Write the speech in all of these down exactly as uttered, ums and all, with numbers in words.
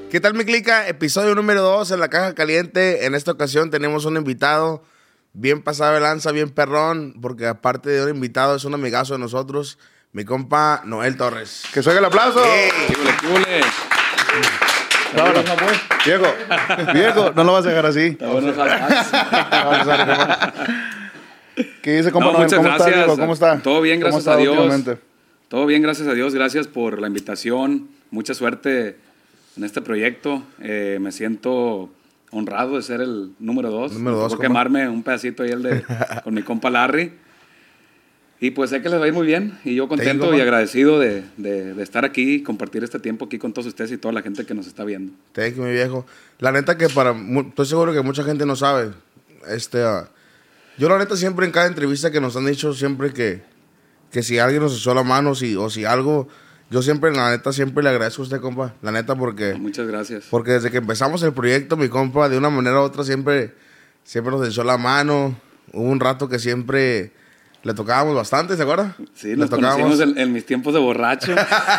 ¿Qué tal, mi clica? Episodio número dos en la caja caliente. En esta ocasión tenemos un invitado bien pasado de lanza, bien perrón, porque aparte de un invitado es un amigazo de nosotros, mi compa Noel Torres. ¡Que se oiga el aplauso! ¡Ey! ¡Cúbule, cúbule! Vámonos. Viejo, viejo, no lo vas a dejar así. Está bueno, ojalá. ¿Qué dice, compa No, Noel? muchas ¿Cómo gracias. está, Diego? ¿Cómo está? Todo bien, ¿Cómo gracias está a Dios. últimamente? Todo bien, gracias a Dios. Gracias por la invitación. Mucha suerte en este proyecto. Eh, me siento honrado de ser el número dos. Número dos, Por compa. quemarme un pedacito ahí el de, con mi compa Larry. Y pues sé que les va a ir muy bien. Y yo contento compa. y agradecido de, de, de estar aquí y compartir este tiempo aquí con todos ustedes y toda la gente que nos está viendo. Thank you, mi viejo. La neta que para... mu- Estoy seguro que mucha gente no sabe. Este, ah, yo la neta siempre en cada entrevista que nos han dicho, siempre que, que si alguien nos echó la mano si, o si algo... Yo siempre, la neta, siempre le agradezco a usted, compa. La neta, porque... Muchas gracias. Porque desde que empezamos el proyecto, mi compa, de una manera u otra, siempre, siempre nos echó la mano. Hubo un rato que siempre le tocábamos bastante, ¿se acuerda? Sí, Le nos tocábamos. conocimos en, en mis tiempos de borracho.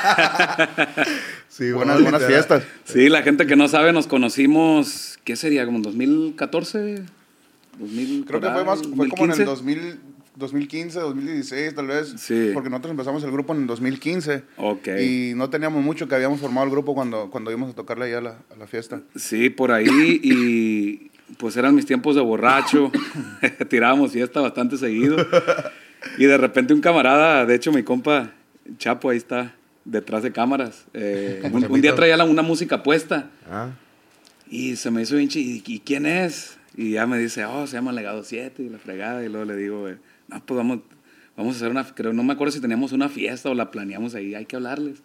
Sí, Buenas, bueno, buenas literal. fiestas. Sí, la gente que no sabe, nos conocimos, ¿qué sería? ¿Como en dos mil catorce? dos mil, Creo que por fue ahí, más, fue como en el dos mil quince. dos mil, dos mil quince, dos mil dieciséis, tal vez. Sí. Porque nosotros empezamos el grupo en el dos mil quince. Ok. Y no teníamos mucho que habíamos formado el grupo cuando, cuando íbamos a tocarle allá a la, a la fiesta. Sí, por ahí, y pues eran mis tiempos de borracho. Tirábamos fiesta bastante seguido. Y de repente un camarada, de hecho mi compa Chapo, ahí está, detrás de cámaras. eh, un, un día traía la- una música puesta. Ah, Y se me hizo bien chido. ¿Y quién es? Y ya me dice, oh, se llama Legado siete y la fregada. Y luego le digo, eh, no, pues vamos, vamos a hacer una, creo, no me acuerdo si teníamos una fiesta o la planeamos ahí, hay que hablarles.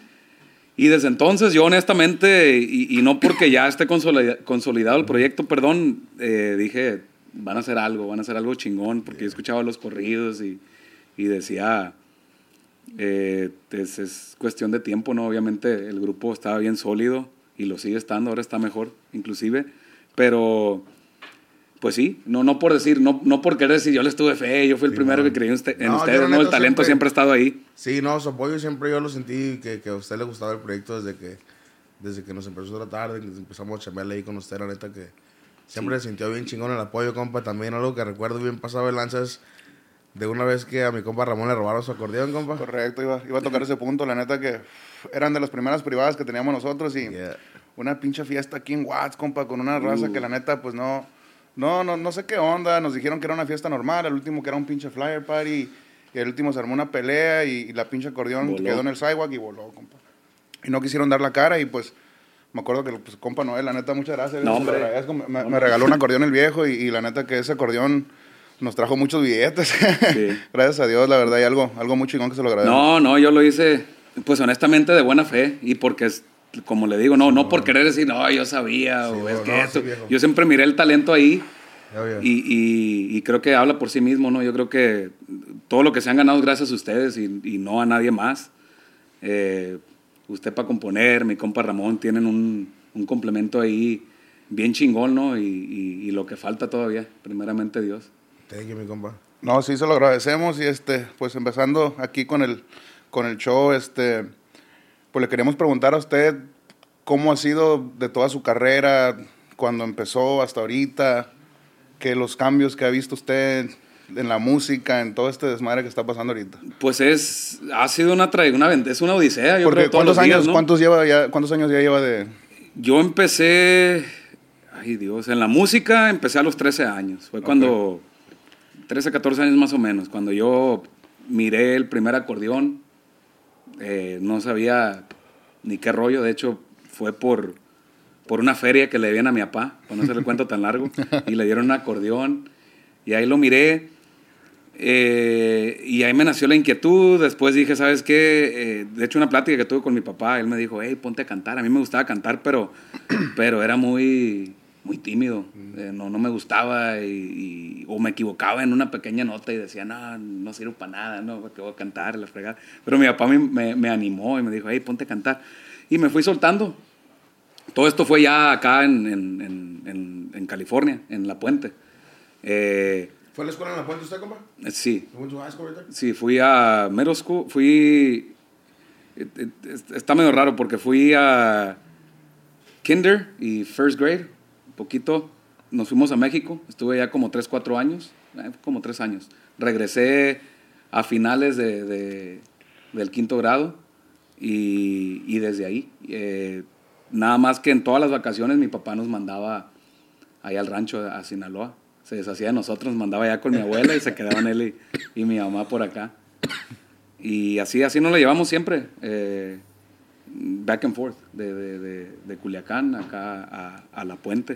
Y desde entonces yo honestamente, y, y no porque ya esté consolida- consolidado el proyecto, perdón, eh, dije, van a hacer algo, van a hacer algo chingón, porque yo escuchaba los corridos y, y decía, eh, es, es cuestión de tiempo, ¿no? Obviamente el grupo estaba bien sólido y lo sigue estando, ahora está mejor inclusive, pero pues sí, no, no por decir, no, no por querer decir yo les tuve fe, yo fui el Sí, primero no. que creí en, usted- en No, yo ustedes, la ¿no? El neta talento siempre- siempre ha estado ahí. sí, no, su apoyo siempre yo lo sentí que, que a usted le gustaba el proyecto desde que, desde que nos empezó a tratar, desde que empezamos a chambearle ahí con usted, la neta que siempre Sí. le sintió bien chingón el apoyo, compa. También algo que recuerdo bien pasado de lanzas de una vez que a mi compa Ramón le robaron su acordeón, compa. Correcto, iba, iba a tocar ese punto. La neta que eran de las primeras privadas que teníamos nosotros y Yeah. una pinche fiesta aquí en Watts, compa, con una raza Uh. que la neta, pues no, no, no, no sé qué onda. Nos dijeron que era una fiesta normal, el último que era un pinche flyer party, y el último se armó una pelea y, y la pinche acordeón Voló. quedó en el sidewalk y voló, compa. Y no quisieron dar la cara y pues me acuerdo que, pues, compa Noel, la neta, muchas gracias. No, se lo hombre. agradezco. Me, me- me regaló un acordeón el viejo y, y la neta que ese acordeón nos trajo muchos billetes. Sí. Gracias a Dios, la verdad, y algo, algo muy chingón que se lo agradezco. No, no, yo lo hice, pues honestamente, de buena fe. Y porque, es, como le digo, no, no por querer decir, no, yo sabía, Sí, o no, es no, que sí, esto. viejo. Yo siempre miré el talento ahí. Ya, ya. Y, y, y creo que habla por sí mismo, ¿no? Yo creo que todo lo que se han ganado es gracias a ustedes y, y no a nadie más. Eh, usted para componer, mi compa Ramón, tienen un, un complemento ahí bien chingón, ¿no? Y, y, y lo que falta todavía, primeramente Dios. Thank you, mi compa. No, sí, se lo agradecemos y este, pues empezando aquí con el, con el show, este, pues le queríamos preguntar a usted cómo ha sido de toda su carrera, cuando empezó hasta ahorita, que los cambios que ha visto usted en la música, en todo este desmadre que está pasando ahorita. Pues es, ha sido una, tra- una, es una odisea, yo Porque creo, todos ¿cuántos los días, años, ¿no? cuántos lleva ya, cuántos años ya lleva de? Yo empecé, ay Dios, en la música empecé a los trece años. Fue cuando, trece, catorce años más o menos, cuando yo miré el primer acordeón. Eh, no sabía ni qué rollo, de hecho fue por, por una feria que le debían a mi papá, para no hacer el cuento tan largo, y le dieron un acordeón, y ahí lo miré. Eh, y ahí me nació la inquietud. Después dije, ¿sabes qué? Eh, de hecho, una plática que tuve con mi papá, él me dijo, hey, ponte a cantar. A mí me gustaba cantar, pero, pero era muy, muy tímido. Eh, no, no me gustaba y, y- o me equivocaba en una pequeña nota y decía, no, no sirvo para nada, no, que voy a cantar, la fregada. Pero mi papá me, me, me animó y me dijo, hey, ponte a cantar. Y me fui soltando. Todo esto fue ya acá en, en, en, en, en California, en La Puente. Eh, ¿Fue a la escuela en La Puente usted, compa? sí. ¿Fue en su high school ahorita? Sí, fui a middle school, fui... eh, eh, Está medio raro porque fui a... kinder y first grade, un poquito. Nos fuimos a México, estuve ya como tres, cuatro años, eh, como tres años. Regresé a finales de, de, del quinto grado y, y desde ahí. Eh, nada más que en todas las vacaciones mi papá nos mandaba allá al rancho, a Sinaloa. Se deshacía de nosotros, nos mandaba allá con mi abuela y se quedaban él y, y mi mamá por acá. Y así, así nos lo llevamos siempre, eh, back and forth, de, de, de, de Culiacán acá a, a La Puente.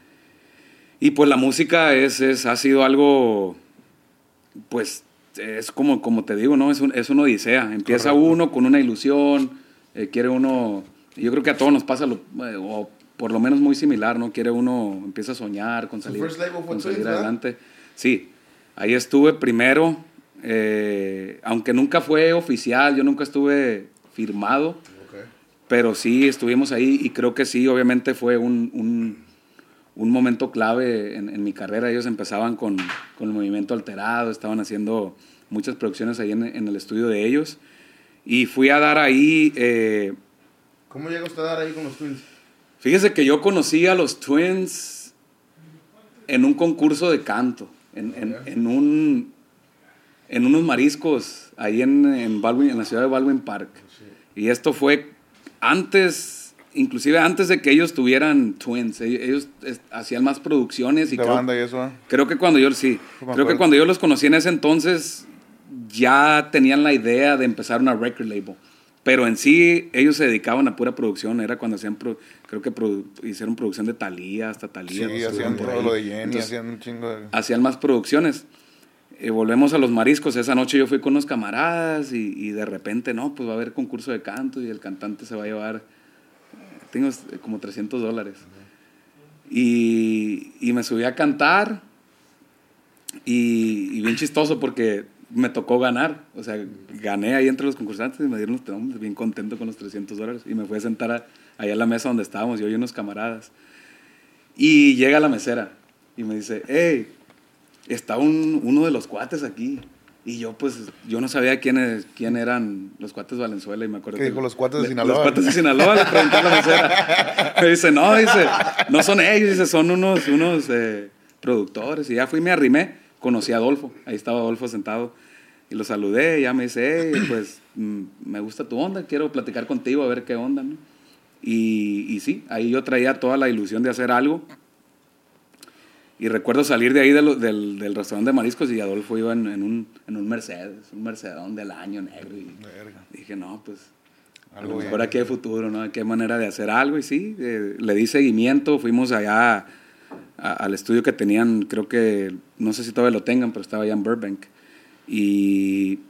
Y pues la música es, es, ha sido algo, pues es como, como te digo, ¿no? Es, un, es una odisea. Empieza Correcto. Uno con una ilusión, eh, quiere uno, yo creo que a todos nos pasa, lo, eh, o por lo menos muy similar, ¿no? Quiere uno, empieza a soñar con salir, con salir adelante. Sí, ahí estuve primero, eh, aunque nunca fue oficial, yo nunca estuve firmado, okay. Pero sí estuvimos ahí y creo que sí, obviamente fue un... un un momento clave en, en mi carrera. Ellos empezaban con, con el movimiento alterado, estaban haciendo muchas producciones ahí en, en el estudio de ellos. Y fui a dar ahí... Eh, ¿Cómo llegó usted a dar ahí con los Twins? Fíjese que yo conocí a los Twins en un concurso de canto, en, en, en, un, en unos mariscos ahí en, en, Baldwin, en la ciudad de Baldwin Park. Sí. Y esto fue antes... Inclusive antes de que ellos tuvieran Twins, ellos, ellos es, hacían más producciones y de creo, banda y eso. ¿Eh? Creo que cuando yo sí, creo que cuando yo los conocí en ese entonces ya tenían la idea de empezar una record label, pero en sí ellos se dedicaban a pura producción. Era cuando hacían pro, creo que produ, hicieron producción de Thalía hasta Thalía. Sí, hacían todo lo de Jenny, entonces, hacían un chingo de... hacían más producciones. Eh, volvemos a los mariscos. Esa noche yo fui con unos camaradas y, y de repente no, pues va a haber concurso de canto y el cantante se va a llevar, tengo como trescientos dólares. Y, y me subí a cantar y, y bien chistoso porque me tocó ganar. O sea, gané ahí entre los concursantes y me dieron los nombres, bien contento con los trescientos dólares. Y me fui a sentar a, allá a la mesa donde estábamos, yo y unos camaradas. Y llega la mesera y me dice, hey, está un, uno de los cuates aquí. Y yo, pues, yo no sabía quiénes, quién eran los cuates de Valenzuela. Y me acuerdo ¿Qué que dijo, los cuates de le, Sinaloa? Los cuates de Sinaloa, le pregunté a la mesera. Me dice, no, dice, no son ellos, dice, son unos, unos eh, productores. Y ya fui, me arrimé, conocí a Adolfo. Ahí estaba Adolfo sentado. Y lo saludé, y ya me dice, hey, pues, mm, me gusta tu onda, quiero platicar contigo, a ver qué onda, ¿no? Y, y sí, ahí yo traía toda la ilusión de hacer algo. Y recuerdo salir de ahí de lo, del, del restaurante de mariscos y Adolfo iba en, en, un, en un Mercedes, un Mercedón del año negro. Y Verga. Dije, no, pues, algo a lo mejor aquí hay futuro, ¿no? Qué manera de hacer algo. Y sí, eh, le di seguimiento, fuimos allá a, a, al estudio que tenían, creo que, no sé si todavía lo tengan, pero estaba allá en Burbank. Y,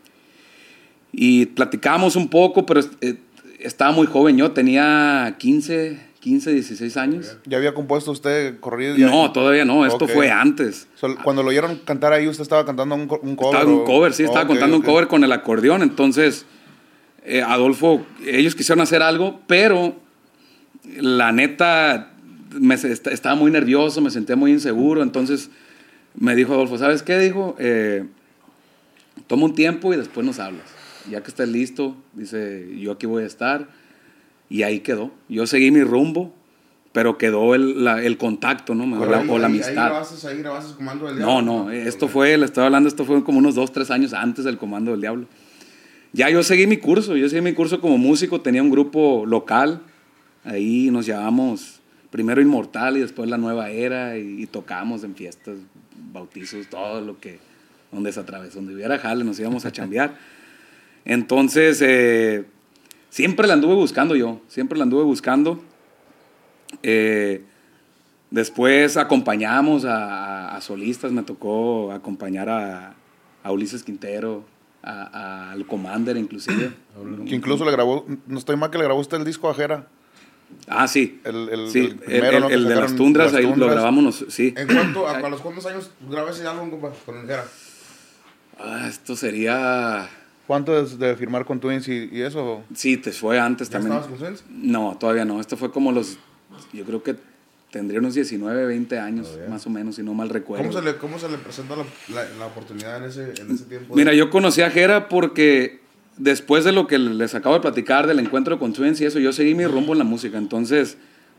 y platicamos un poco, pero eh, estaba muy joven yo, tenía quince, dieciséis años. ¿Ya había compuesto usted corrido? No, todavía no, esto okay. fue antes. So, cuando lo oyeron cantar ahí, ¿usted estaba cantando un, un cover? Estaba un cover, sí, estaba okay, cantando okay. un cover con el acordeón. Entonces, eh, Adolfo, ellos quisieron hacer algo, pero la neta, me, estaba muy nervioso, me sentía muy inseguro. Entonces, me dijo Adolfo, ¿sabes qué? Dijo, eh, toma un tiempo y después nos hablas. Ya que estés listo, dice, yo aquí voy a estar. Y ahí quedó. Yo seguí mi rumbo, pero quedó el, la, el contacto, ¿no? O la, o la amistad. ¿Ahí grabaste, ahí grabaste Comando del Diablo? No, no, esto fue, le estaba hablando, esto fue como unos dos, tres años antes del Comando del Diablo. Ya yo seguí mi curso, yo seguí mi curso como músico, tenía un grupo local, ahí nos llamamos primero Inmortal y después La Nueva Era, y, y tocábamos en fiestas, bautizos, todo lo que, donde se atravesó, donde hubiera jale, nos íbamos a chambear. Entonces, eh, siempre la anduve buscando yo, siempre la anduve buscando. Eh, después acompañamos a, a, a solistas, me tocó acompañar a, a Ulises Quintero, a, a, al Commander inclusive. Que incluso le grabó, no estoy mal que le grabó usted el disco a Jera. Ah, sí. El, el, sí, el, primero, el, ¿no? el de las tundras, las ahí tundras. Lo grabamos, sí. ¿En cuánto, a, a los cuántos años grabé ese álbum, compa, con el Jera? Ah, esto sería... ¿Cuánto es de firmar con Twins y, y eso? Sí, te fue antes ¿Ya también. estabas con Twins? No, todavía no. Esto fue como los... Yo creo que tendría unos diecinueve, veinte años, oh, yeah. más o menos, si no mal recuerdo. ¿Cómo se le, cómo se le presentó la, la, la oportunidad en ese, en ese tiempo? Mira, yo conocí a Jera porque después de lo que les acabo de platicar del encuentro con Twins y eso, yo seguí mi rumbo en la música. Entonces,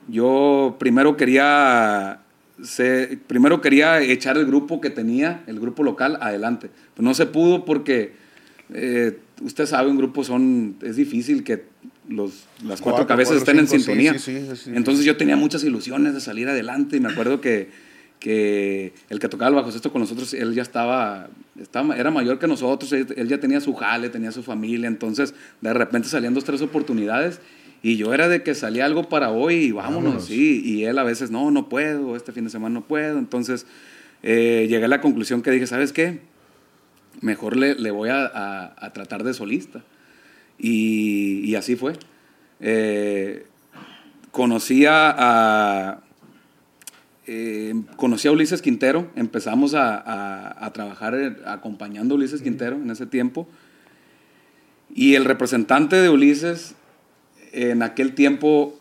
yo primero quería, se, primero quería echar el grupo que tenía, el grupo local, adelante. Pues no se pudo porque, eh, usted sabe, un grupo son, es difícil que los, las cuatro, cuatro cabezas cuatro, estén cinco, en sintonía. Sí, sí, sí, sí, Entonces sí. yo tenía muchas ilusiones de salir adelante y me acuerdo que, que el que tocaba el bajo sexto con nosotros, él ya estaba, estaba, era mayor que nosotros, él, él ya tenía su jale, tenía su familia, entonces de repente salían dos, tres oportunidades y yo era de que salía algo para hoy y vámonos, vámonos. Sí, y él a veces, no, no puedo, este fin de semana no puedo, entonces eh, llegué a la conclusión que dije, ¿sabes qué? Mejor le, le voy a, a, a tratar de solista. Y, y así fue. Eh, conocí a, a eh, conocí a Ulises Quintero, empezamos a, a, a trabajar acompañando a Ulises Quintero en ese tiempo. Y el representante de Ulises, en aquel tiempo,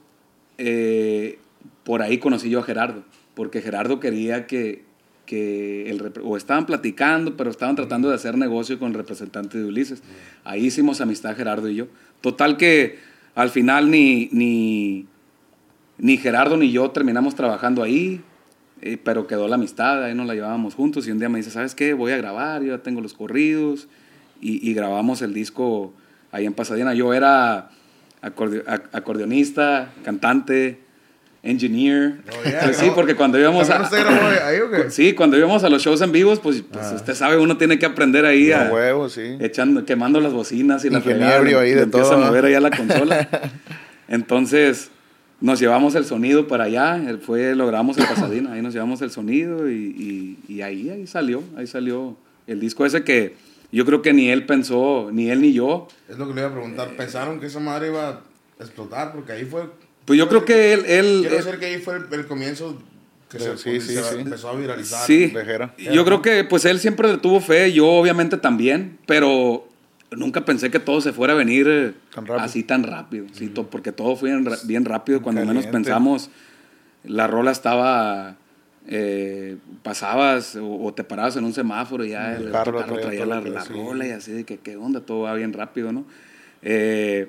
eh, por ahí conocí yo a Gerardo, porque Gerardo quería que, que el, o estaban platicando, pero estaban tratando de hacer negocio con el representante de Ulises. Ahí hicimos amistad Gerardo y yo. Total que al final ni, ni, ni Gerardo ni yo terminamos trabajando ahí, eh, pero quedó la amistad, ahí nos la llevábamos juntos y un día me dice, ¿sabes qué? Voy a grabar, yo ya tengo los corridos y, y grabamos el disco ahí en Pasadena. Yo era acorde, acordeonista, cantante, engineer. Oh, yeah, pues sí, porque cuando íbamos a, usted grabó ahí, ¿o qué? Sí, cuando íbamos a los shows en vivos, pues, pues ah. usted sabe, uno tiene que aprender ahí a, a huevo, sí. echando, quemando las bocinas y la fregada, ahí de todo, empieza a mover allá la consola. Entonces nos llevamos el sonido para allá, fue, lo grabamos en Pasadena, ahí nos llevamos el sonido y, y, y ahí, ahí salió, ahí salió el disco ese que yo creo que ni él pensó, ni él ni yo. Es lo que le iba a preguntar, eh, ¿pensaron que esa madre iba a explotar? Porque ahí fue... Pues yo creo que él... él Quiero él, decir que ahí fue el, el comienzo que se, sí, sí, se sí. empezó a viralizar. Sí, yo creo que pues él siempre le tuvo fe, yo obviamente también, pero nunca pensé que todo se fuera a venir tan así tan rápido, sí, to, porque todo fue bien, bien rápido, cuando Caliente. menos pensamos, la rola estaba... Eh, pasabas o, o te parabas en un semáforo y ya el, el carro, carro traía la, la rola y así de que qué onda, todo va bien rápido, ¿no? Eh,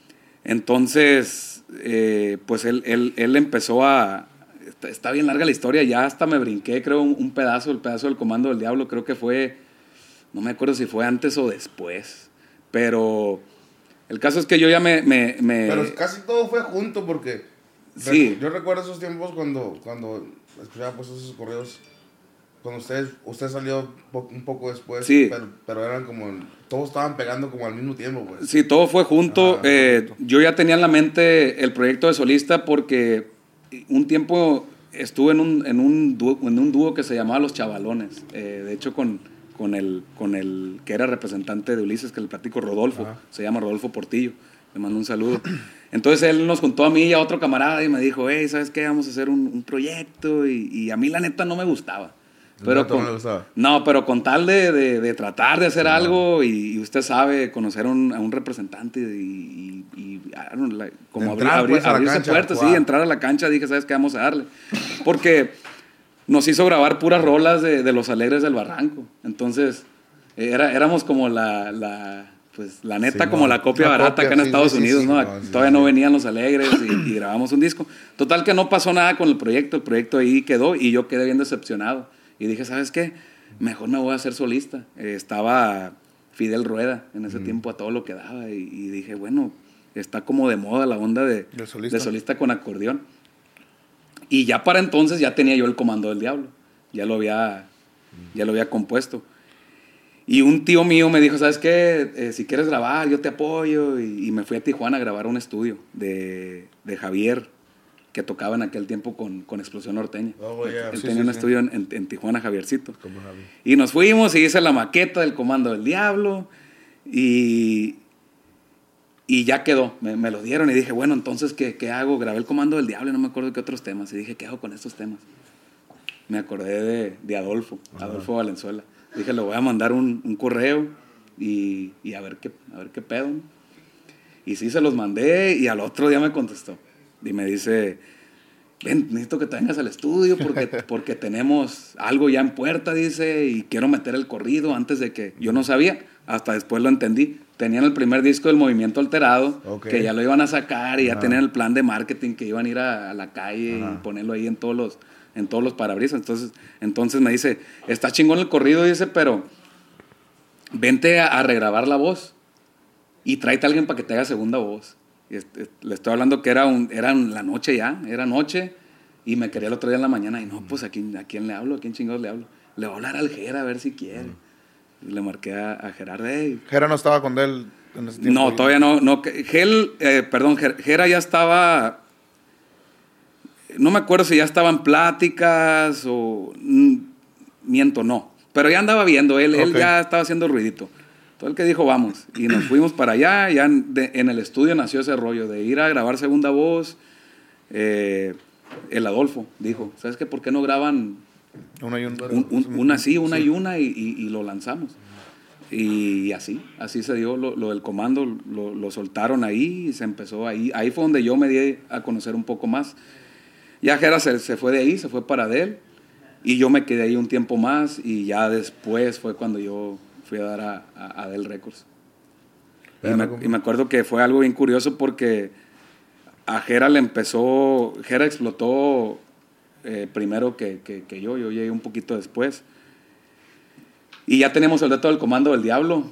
entonces, eh, pues él, él, él empezó a... Está, está bien larga la historia, ya hasta me brinqué, creo, un, un pedazo, el pedazo del Comando del Diablo, creo que fue, no me acuerdo si fue antes o después, pero el caso es que yo ya me... me, me pero casi todo fue junto porque... Sí. Yo recuerdo esos tiempos cuando... cuando escuchaba pues esos correos cuando usted, usted salió po un poco después, sí. pero, pero eran como, todos estaban pegando como al mismo tiempo, pues. Sí, todo fue junto. Ah, eh, yo ya tenía en la mente el proyecto de solista porque un tiempo estuve en un, en un, dúo, en un dúo que se llamaba Los Chavalones, eh, de hecho con, con, el, con el que era representante de Ulises, que le platico, Rodolfo, ah. se llama Rodolfo Portillo, le mando un saludo. Entonces él nos juntó a mí y a otro camarada y me dijo, hey, ¿sabes qué? Vamos a hacer un, un proyecto. Y, y a mí la neta no me gustaba. Pero con, no, me gustaba. no, pero con tal de, de, de tratar de hacer sí, algo, y, y usted sabe, conocer un, a un representante y, y, y know, la, como abrir, abrir, pues, abrirse puertas, sí, entrar a la cancha, dije, ¿sabes qué? Vamos a darle. Porque nos hizo grabar puras rolas de, de Los Alegres del Barranco. Entonces, era, éramos como la... la pues la neta, sí, como no, la copia barata copia, acá en sí, Estados sí, Unidos, sí, ¿no? no Todavía sí, no venían Los Alegres y, y grabamos un disco. Total que no pasó nada con el proyecto, el proyecto ahí quedó y yo quedé bien decepcionado. Y dije, ¿sabes qué? Mejor me voy a hacer solista. Eh, estaba Fidel Rueda en ese mm. tiempo a todo lo que daba y, y dije, bueno, está como de moda la onda de, de, solista. de solista con acordeón. Y ya para entonces ya tenía yo el Comando del Diablo. Ya lo había, mm. ya lo había compuesto. Y un tío mío me dijo, ¿sabes qué? Eh, si quieres grabar, yo te apoyo. Y, y me fui a Tijuana a grabar un estudio de, de Javier, que tocaba en aquel tiempo con, con Explosión Norteña. Oh, yeah. Él sí, tenía sí, un sí. estudio en, en Tijuana, Javiercito. Y nos fuimos y hice la maqueta del Comando del Diablo. Y, y ya quedó. Me, me lo dieron y dije, bueno, entonces, ¿qué, ¿qué hago? Grabé el Comando del Diablo y no me acuerdo qué otros temas. Y dije, ¿qué hago con estos temas? Me acordé de, de Adolfo, Ajá. Adolfo Valenzuela. Dije, le voy a mandar un, un correo y, y a, ver qué, a ver qué pedo. Y sí, se los mandé y al otro día me contestó. Y me dice, ven, necesito que te vengas al estudio porque, porque tenemos algo ya en puerta, dice, y quiero meter el corrido antes de que... Yo no sabía, Hasta después lo entendí. Tenían el primer disco del Movimiento Alterado, Ok. que ya lo iban a sacar y ya Ajá. tenían el plan de marketing que iban a ir a, a la calle Ajá. y ponerlo ahí en todos los, en todos los parabrisas. Entonces, entonces me dice, está chingón el corrido, dice, pero vente a, a regrabar la voz y tráete a alguien para que te haga segunda voz. Y este, le estoy hablando que era, un, era la noche ya, era noche, y me quería el otro día en la mañana, y no, pues ¿a quién, a quién le hablo? ¿A quién chingados le hablo? Le voy a hablar al Jera a ver si quiere. Y le marqué a, a Gerardo, hey. Jera no estaba con él en ese tiempo. No, todavía no. no que- Gel, eh, perdón, Ger- Jera ya estaba. No me acuerdo si ya estaban pláticas o. mm, Miento, no. Pero ya andaba viendo, él, él Ok. ya estaba haciendo ruidito. Todo el que dijo, vamos. Y nos fuimos para allá. Ya en, de- en el estudio nació ese rollo de ir a grabar segunda voz. Eh, el Adolfo dijo, ¿sabes qué? ¿Por qué no graban Una y un- un- un- una sí, una y una y, y- y lo lanzamos? Y así, así se dio lo, lo del comando, lo, lo soltaron ahí y se empezó ahí. Ahí fue donde yo me di a conocer un poco más. Ya Jera se, se fue de ahí, se fue para Adel y yo me quedé ahí un tiempo más y ya después fue cuando yo fui a dar a, a Adel Records. Y me, y me acuerdo que fue algo bien curioso porque a Jera le empezó, Jera explotó eh, primero que, que, que yo, yo llegué un poquito después. Y ya teníamos el reto del Comando del Diablo.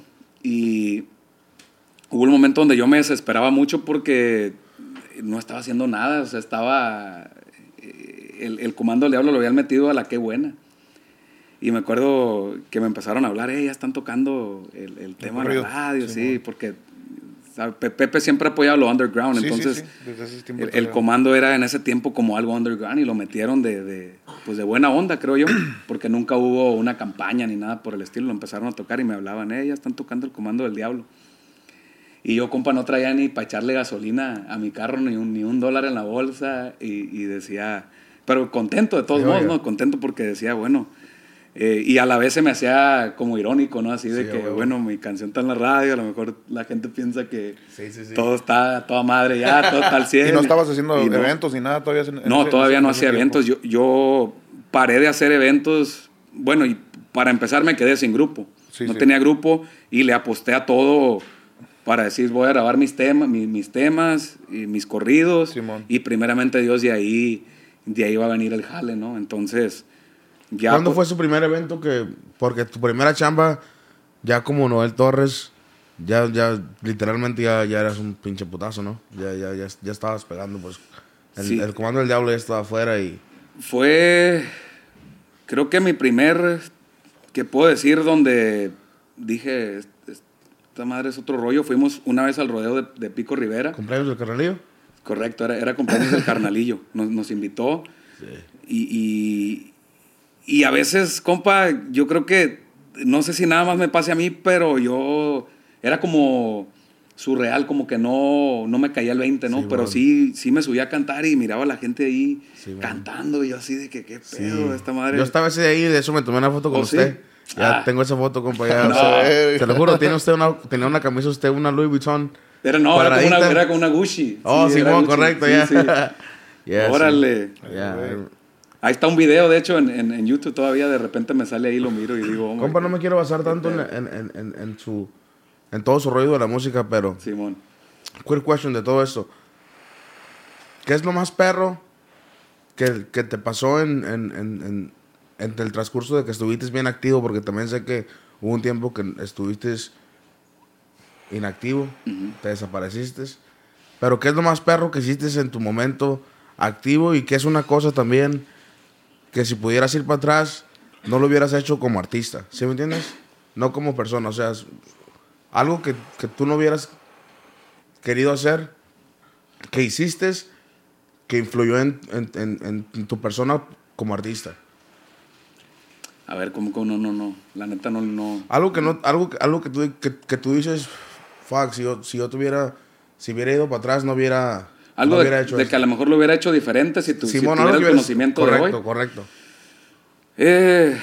Y hubo un momento donde yo me desesperaba mucho porque no estaba haciendo nada. O sea, estaba... eh, El, el Comando del Diablo lo habían metido a la Qué Buena. Y me acuerdo que me empezaron a hablar, eh, ya están tocando el, el tema de corrido. la radio, Sí, sí, bueno. porque ¿sabe? Pe- Pepe siempre ha apoyado lo underground. Sí, sí, entonces, sí, desde ese tiempo el, todavía. el Comando era en ese tiempo como algo underground y lo metieron de, de, pues de buena onda, creo yo, porque nunca hubo una campaña ni nada por el estilo. Lo empezaron a tocar y me hablaban, eh, ya están tocando el Comando del Diablo. Y yo, compa, no traía ni para echarle gasolina a mi carro, ni un, ni un dólar en la bolsa. Y, y decía, pero contento de todos Sí, modos, oiga. ¿no? Contento porque decía, bueno. eh, y a la vez se me hacía como irónico, ¿no? Así de Sí, que, huevo. bueno, mi canción está en la radio, a lo mejor la gente piensa que Sí, sí, sí. todo está a toda madre ya, todo está al cielo. Y no estabas haciendo Y no. eventos ni nada todavía. en- en No, ese- todavía en no ese hacía tiempo. eventos. Yo, yo paré de hacer eventos. Bueno, y para empezar me quedé sin grupo. Sí, no sí. tenía grupo y le aposté a todo para decir, voy a grabar mis temas, mis, mis temas y mis corridos. Simón. Y primeramente Dios, de ahí, de ahí va a venir el jale, ¿no? Entonces, ya... ¿Cuándo pues, fue su primer evento que... Porque tu primera chamba, ya como Noel Torres, ya, ya literalmente ya, ya eras un pinche putazo, ¿no? Ya, ya, ya, ya estabas pegando, pues. El, Sí. el Comando del Diablo ya estaba afuera y... Fue, creo que mi primer, que puedo decir, donde dije, esta madre es otro rollo. Fuimos una vez al rodeo de, de Pico Rivera. ¿Cumpleaños del Carnalillo? Correcto, era, era cumpleaños del Carnalillo. Nos, nos invitó. Y, y, y a veces, compa, yo creo que, no sé si nada más me pase a mí, pero yo, era como surreal, como que no, no me caía el veinte, ¿no? Sí, pero bueno. sí, sí me subía a cantar y miraba a la gente ahí Sí, bueno. cantando y yo así de que, qué Sí. pedo, esta madre. Yo estaba ese de ahí, de eso me tomé una foto con ¿Oh, sí? usted. Ya Ah. tengo esa foto, compa. Ya, No. o sea, te lo juro, tiene usted una, tenía una camisa usted, una Louis Vuitton. Era, no, era como, una, cuadradita. era como una Gucci. Oh, Sí, era Simón, Gucci. correcto, Sí, ya. sí. Ya, sí. Órale. Ya. Ahí está un video, de hecho, en, en, en YouTube todavía. De repente me sale ahí, lo miro y digo, oh, my Compa, no God. me quiero basar tanto en, en, en, en, en su... En todo su rollo de la música, pero... Simón. Quick question de todo esto. ¿Qué es lo más perro que, que te pasó en, en, en, en, en el transcurso de que estuviste bien activo? Porque también sé que hubo un tiempo que estuviste inactivo, te desapareciste. Pero ¿qué es lo más perro que hiciste en tu momento activo? Y que es una cosa también que si pudieras ir para atrás, no lo hubieras hecho como artista. ¿Sí me entiendes? No como persona. O sea, es algo que, que tú no hubieras querido hacer, que hiciste, que influyó en, en, en, en tu persona como artista. A ver, ¿cómo, cómo no, no, no? La neta no, no. Algo que no, algo, que- algo que tú, que, que tú dices, fuck, si yo, si yo tuviera, si hubiera ido para atrás, no hubiera, Algo no de, hubiera hecho de esto. que a lo mejor lo hubiera hecho diferente si, tu, si Simón, tuviera algo el que hubieras- conocimiento correcto, de hoy. correcto. Eh,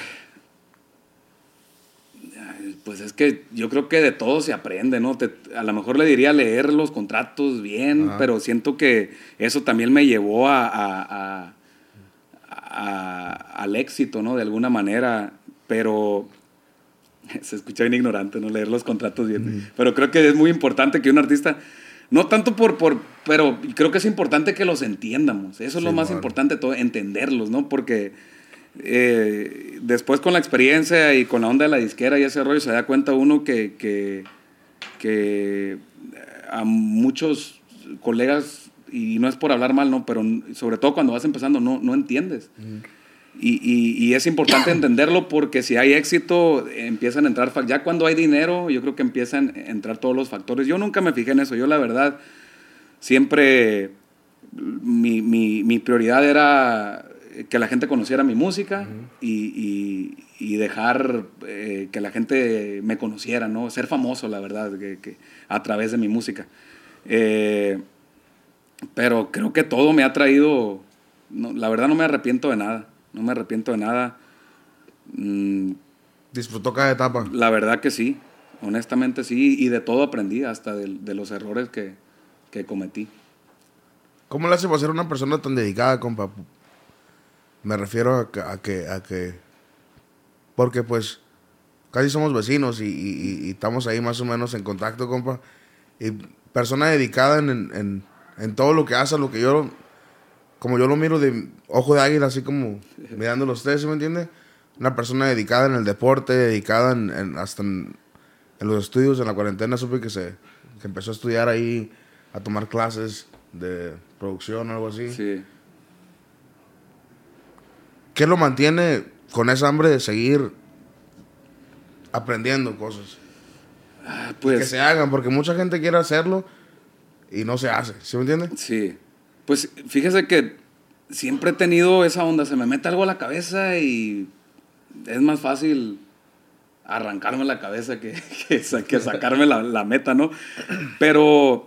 ay, pues es que yo creo que de todo se aprende, ¿no? Te- a lo mejor le diría leer los contratos bien, Ajá. pero siento que eso también me llevó a, a- a- a- al éxito, ¿no? De alguna manera. Pero Se escucha bien ignorante, ¿no? Leer los contratos bien. Mm. Pero creo que es muy importante que un artista, no tanto por, por pero creo que es importante que los entiendamos. Eso es sí, lo más bueno. importante de todo, entenderlos, ¿no? Porque eh, después con la experiencia y con la onda de la disquera y ese rollo se da cuenta uno que, que, que a muchos colegas, y no es por hablar mal, ¿no? Pero sobre todo cuando vas empezando no, no entiendes. Mm. Y, y, y es importante entenderlo porque si hay éxito empiezan a entrar, ya cuando hay dinero yo creo que empiezan a entrar todos los factores. Yo nunca me fijé en eso, yo la verdad siempre mi, mi, mi prioridad era que la gente conociera mi música uh-huh. y, y, y dejar eh, que la gente me conociera, ¿no? Ser famoso, la verdad, que, que a través de mi música. Eh, pero creo que todo me ha traído, no, la verdad no me arrepiento de nada. No me arrepiento de nada. Mm, ¿Disfrutó cada etapa? La verdad que sí. Honestamente sí. Y de todo aprendí, hasta de, de los errores que, que cometí. ¿Cómo le hace para ser una persona tan dedicada, compa? Me refiero a que... A que, a que porque pues casi somos vecinos y, y, y estamos ahí más o menos en contacto, compa. Y persona dedicada en, en, en todo lo que hace, lo que yo... Como yo lo miro de ojo de águila, así como mirando los tres, ¿sí me entiende? Una persona dedicada en el deporte, dedicada en, en, hasta en, en los estudios. En la cuarentena supe que, se, que empezó a estudiar ahí, a tomar clases de producción o algo así. Sí. ¿Qué lo mantiene con esa hambre de seguir aprendiendo cosas? Ah, pues, que se hagan, porque mucha gente quiere hacerlo y no se hace, ¿sí me entiende? Sí. Pues fíjese que siempre he tenido esa onda, se me mete algo a la cabeza y es más fácil arrancarme la cabeza que, que, que sacarme la, la meta, ¿no? Pero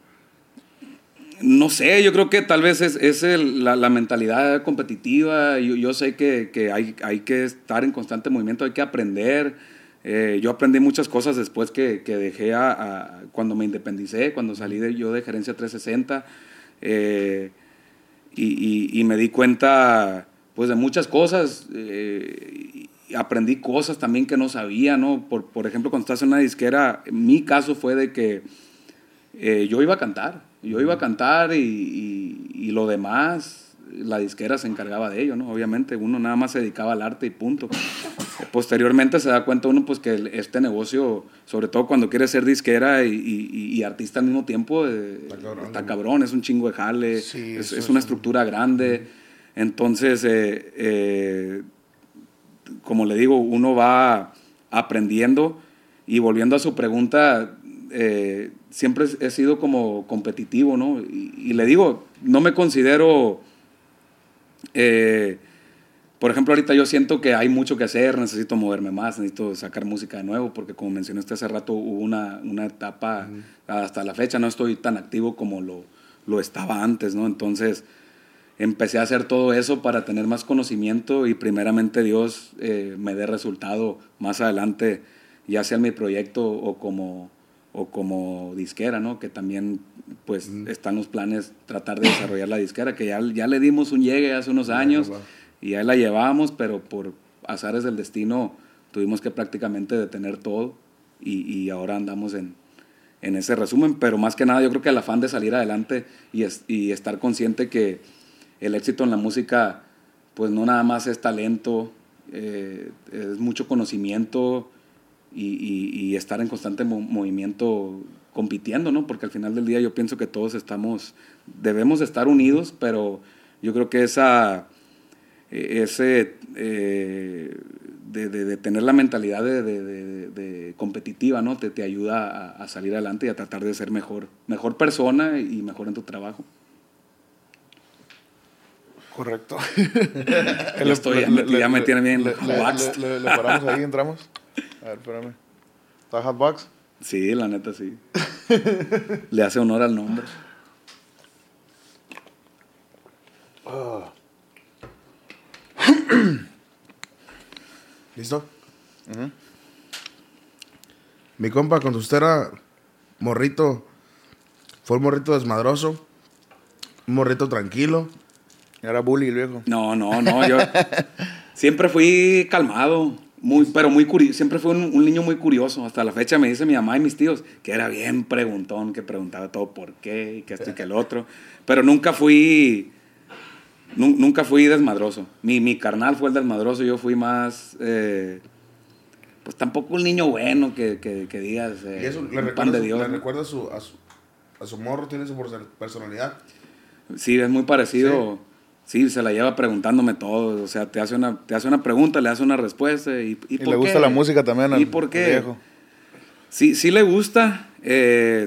no sé, yo creo que tal vez es, es el, la, la mentalidad competitiva. Yo, yo sé que, que hay, hay que estar en constante movimiento, hay que aprender. Eh, yo aprendí muchas cosas después que, que dejé a, a, cuando me independicé, cuando salí de, yo de Gerencia trescientos sesenta. Eh, y, y, y me di cuenta pues de muchas cosas, eh, y aprendí cosas también que no sabía, ¿no? Por, por ejemplo, cuando estás en una disquera, mi caso fue de que eh, yo iba a cantar, yo iba a cantar y, y, y lo demás la disquera se encargaba de ello, ¿no? Obviamente uno nada más se dedicaba al arte y punto. Posteriormente se da cuenta uno pues que este negocio, sobre todo cuando quieres ser disquera y, y, y artista al mismo tiempo, eh, está, cabrón, está cabrón, es un chingo de jale, sí, es, es una es estructura un... grande. Entonces, eh, eh, como le digo, uno va aprendiendo. Y volviendo a su pregunta, eh, siempre he sido como competitivo, ¿no? Y, y le digo, no me considero... Eh, por ejemplo, ahorita yo siento que hay mucho que hacer, necesito moverme más, necesito sacar música de nuevo, porque como mencioné usted hace rato, hubo una, una etapa, uh-huh. hasta la fecha no estoy tan activo como lo, lo estaba antes, ¿no? Entonces, empecé a hacer todo eso para tener más conocimiento y primeramente Dios eh, me dé resultado más adelante, ya sea en mi proyecto o como, o como disquera, ¿no? Que también, pues, uh-huh. están los planes tratar de desarrollar la disquera, que ya, ya le dimos un llegue hace unos años. Uh-huh. Y ahí la llevábamos, pero por azares del destino tuvimos que prácticamente detener todo y, y ahora andamos en, en ese resumen. Pero más que nada yo creo que el afán de salir adelante y, es, y estar consciente que el éxito en la música pues no nada más es talento, eh, es mucho conocimiento y, y, y estar en constante mo- movimiento compitiendo, ¿no? Porque al final del día yo pienso que todos estamos, debemos estar unidos, pero yo creo que esa... ese eh, de, de, de tener la mentalidad de, de, de, de competitiva, ¿no? Te, te ayuda a, a salir adelante y a tratar de ser mejor, mejor persona y mejor en tu trabajo. Correcto. Yo estoy, ya, le, ya le, me tiene bien le, Hotbox. Le, le, le paramos ahí, entramos. A ver, espérame. ¿Está Hotbox? Sí, la neta sí. Le hace honor al nombre. Oh. ¿Listo? Uh-huh. Mi compa, cuando usted era morrito, fue un morrito desmadroso, un morrito tranquilo. Era bully luego. No, no, no, yo siempre fui calmado Muy, pero muy curioso, siempre fue un, un niño muy curioso. Hasta la fecha me dice mi mamá y mis tíos que era bien preguntón, que preguntaba todo por qué, y que esto y que el otro. Pero nunca fui, nu, nunca fui desmadroso. Mi, mi carnal fue el desmadroso, yo fui más, eh, pues tampoco un niño bueno que, que, que digas, eh, ¿Y eso le un recuerda, pan de su, Dios. le ¿no? recuerda su, a, su, a su morro? ¿Tiene su personalidad? Sí, es muy parecido. Sí. Sí, se la lleva preguntándome todo. O sea, te hace una, te hace una pregunta, le hace una respuesta. ¿Y, y, Y por le gusta qué? la música también al, ¿Y por qué? al viejo. Sí, sí le gusta. Eh,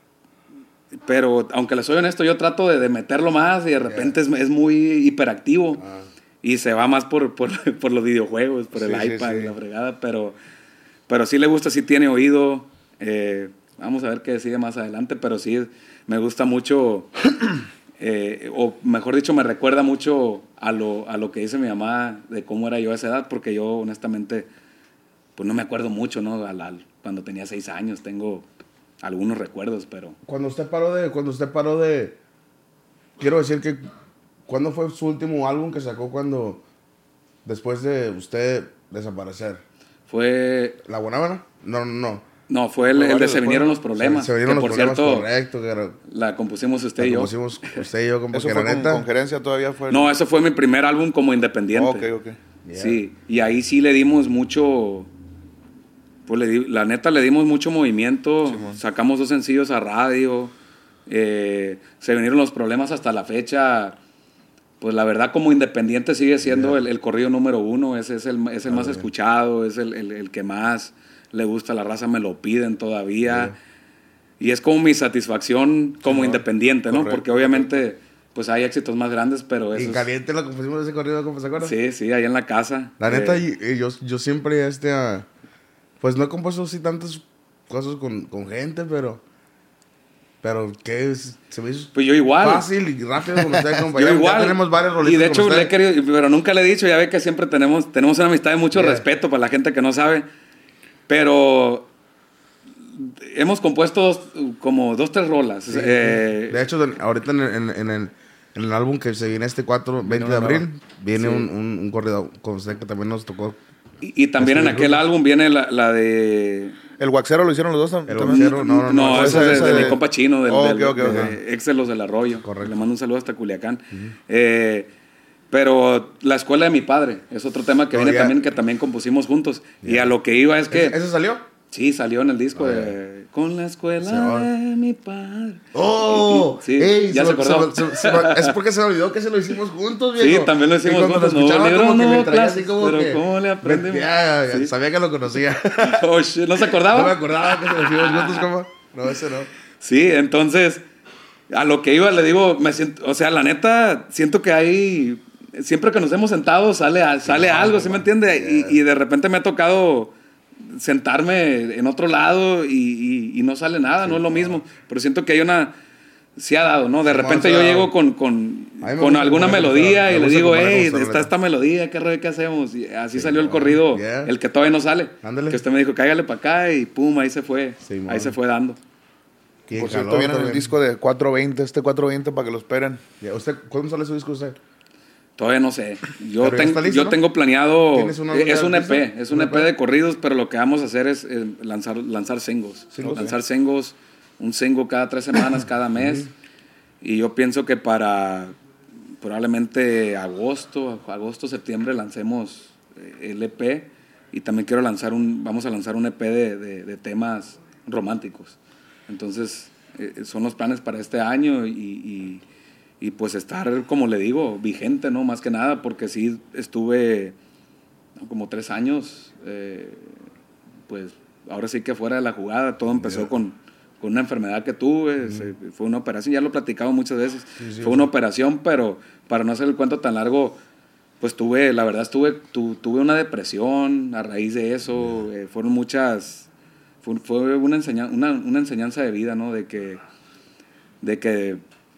pero aunque le soy honesto, yo trato de, de meterlo más y de repente yeah. es, es muy hiperactivo. Ah. Y se va más por, por, por los videojuegos, por el sí, iPad sí, sí. y la fregada. Pero, pero sí le gusta, sí tiene oído. Eh, vamos a ver qué decide más adelante. Pero sí, me gusta mucho... Eh, o mejor dicho, me recuerda mucho a lo, a lo que dice mi mamá de cómo era yo a esa edad, porque yo honestamente pues no me acuerdo mucho, ¿no? Al, al, cuando tenía seis años tengo algunos recuerdos, pero... Cuando usted paró de... Cuando usted paró de... Quiero decir que... ¿Cuándo fue su último álbum que sacó cuando... Después de usted desaparecer? Fue... ¿La Guanábana? No, no, no. No, fue el, el de Se Vinieron los Problemas. Se, se vinieron que, los por problemas, cierto, correcto. Que era, la compusimos usted la y yo. compusimos usted y yo, como ¿Eso que fue la con, neta... con gerencia todavía? Fue el... No, eso fue mi primer álbum como independiente. Oh, ok, ok. Yeah. Sí, y ahí sí le dimos mucho... Pues le di, la neta le dimos mucho movimiento. Sí, sacamos dos sencillos a radio. Eh, se vinieron los problemas hasta la fecha... Pues la verdad, como independiente sigue siendo yeah. el, el corrido número uno. Ese es el, es el más bien. escuchado, es el, el, el que más le gusta a la raza, me lo piden todavía. Yeah. Y es como mi satisfacción como sí, independiente, ¿no? Correcto, Porque obviamente correcto. pues hay éxitos más grandes, pero eso... ¿Y Caliente lo compusimos ese corrido, ¿cómo se acuerda? Sí, sí, ahí en la casa. La neta, eh, yo, yo siempre, este, uh, pues no he compuesto así tantas cosas con, con gente, pero... Pero que se me hizo pues yo igual. fácil y rápido con usted, compa. Yo ya, igual. Ya tenemos varios rolitos. Y de hecho, le he querido, pero nunca le he dicho, ya ve que siempre tenemos, tenemos una amistad de mucho yeah. respeto para la gente que no sabe. Pero hemos compuesto dos, como dos, tres rolas. Sí, eh, de hecho, ahorita en, en, en, el, en el álbum que se viene este cuatro, veinte no, de abril, no. viene sí. un, un, un corrido con usted que también nos tocó. Y, y también en aquel grupos. álbum viene la, la de... ¿El Waxero lo hicieron los dos? El Waxero, no, no, no. No, esa es de, de, de mi compa Chino, del, oh, del, okay, okay, de, okay. de ex de los del Arroyo. Correcto. Le mando un saludo hasta Culiacán. Uh-huh. Eh, pero La Escuela de mi Padre es otro tema que no, viene yeah. también, que también compusimos juntos. Yeah. Y a lo que iba es que... ¿Eso salió? Sí, salió en el disco oh, de... Yeah. Con la escuela sí, de mi padre. ¡Oh! Y, y, sí, ey, ya se, se acordó. Se, se, se, es porque se me olvidó que se lo hicimos juntos, viejo. Sí, también lo hicimos juntos. Lo no, libro, como no, que me traía clases, así como pero que, ¿cómo le aprendimos? Ya, ya, ¿Sí? Sabía que lo conocía. Oh, shit, ¿no se acordaba? No me acordaba que se lo hicimos juntos, como... No, ese no. Sí, entonces, a lo que iba le digo, me siento, o sea, la neta, siento que hay... Siempre que nos hemos sentado sale, sale sí, algo, ¿sí me entiende? Yeah. Y, y de repente me ha tocado... sentarme en otro lado y, y, y no sale nada, sí, no es lo no. mismo. Pero siento que hay una... Sí ha dado, ¿no? De repente sí, yo llego con, con, con alguna melodía y le digo, hey, está esta melodía, ¿qué rollo, qué hacemos? Y así sí, salió no. el corrido, yeah. el que todavía no sale. Ándale. Que usted me dijo, cáigale para acá y pum, ahí se fue. Sí, ahí se fue dando. Por cierto, viene el disco de cuatro veinte, este cuatro veinte para que lo esperen. Yeah. ¿Usted, ¿Cuándo sale su disco usted? Todavía no sé. Yo, ten, listo, yo ¿no? tengo planeado... Es un E P, es un E P de corridos, pero lo que vamos a hacer es eh, lanzar, lanzar singles. ¿Singles? Lanzar singles, un single cada tres semanas, cada mes. Y yo pienso que para probablemente agosto, agosto, septiembre lancemos el E P. Y también quiero lanzar un... Vamos a lanzar un E P de, de, de temas románticos. Entonces, eh, son los planes para este año y... y Y pues estar, como le digo, vigente, ¿no? Más que nada, porque sí estuve ¿no? como tres años, eh, pues ahora sí que fuera de la jugada. Todo empezó yeah. con, con una enfermedad que tuve, mm. se, fue una operación, ya lo he platicado muchas veces. Sí, sí, fue una sí. operación, pero para no hacer el cuento tan largo, pues tuve, la verdad, estuve, tu, tuve una depresión a raíz de eso. Yeah. Eh, fueron muchas, fue, fue una, enseña, una, una enseñanza de vida, ¿no? De que, de que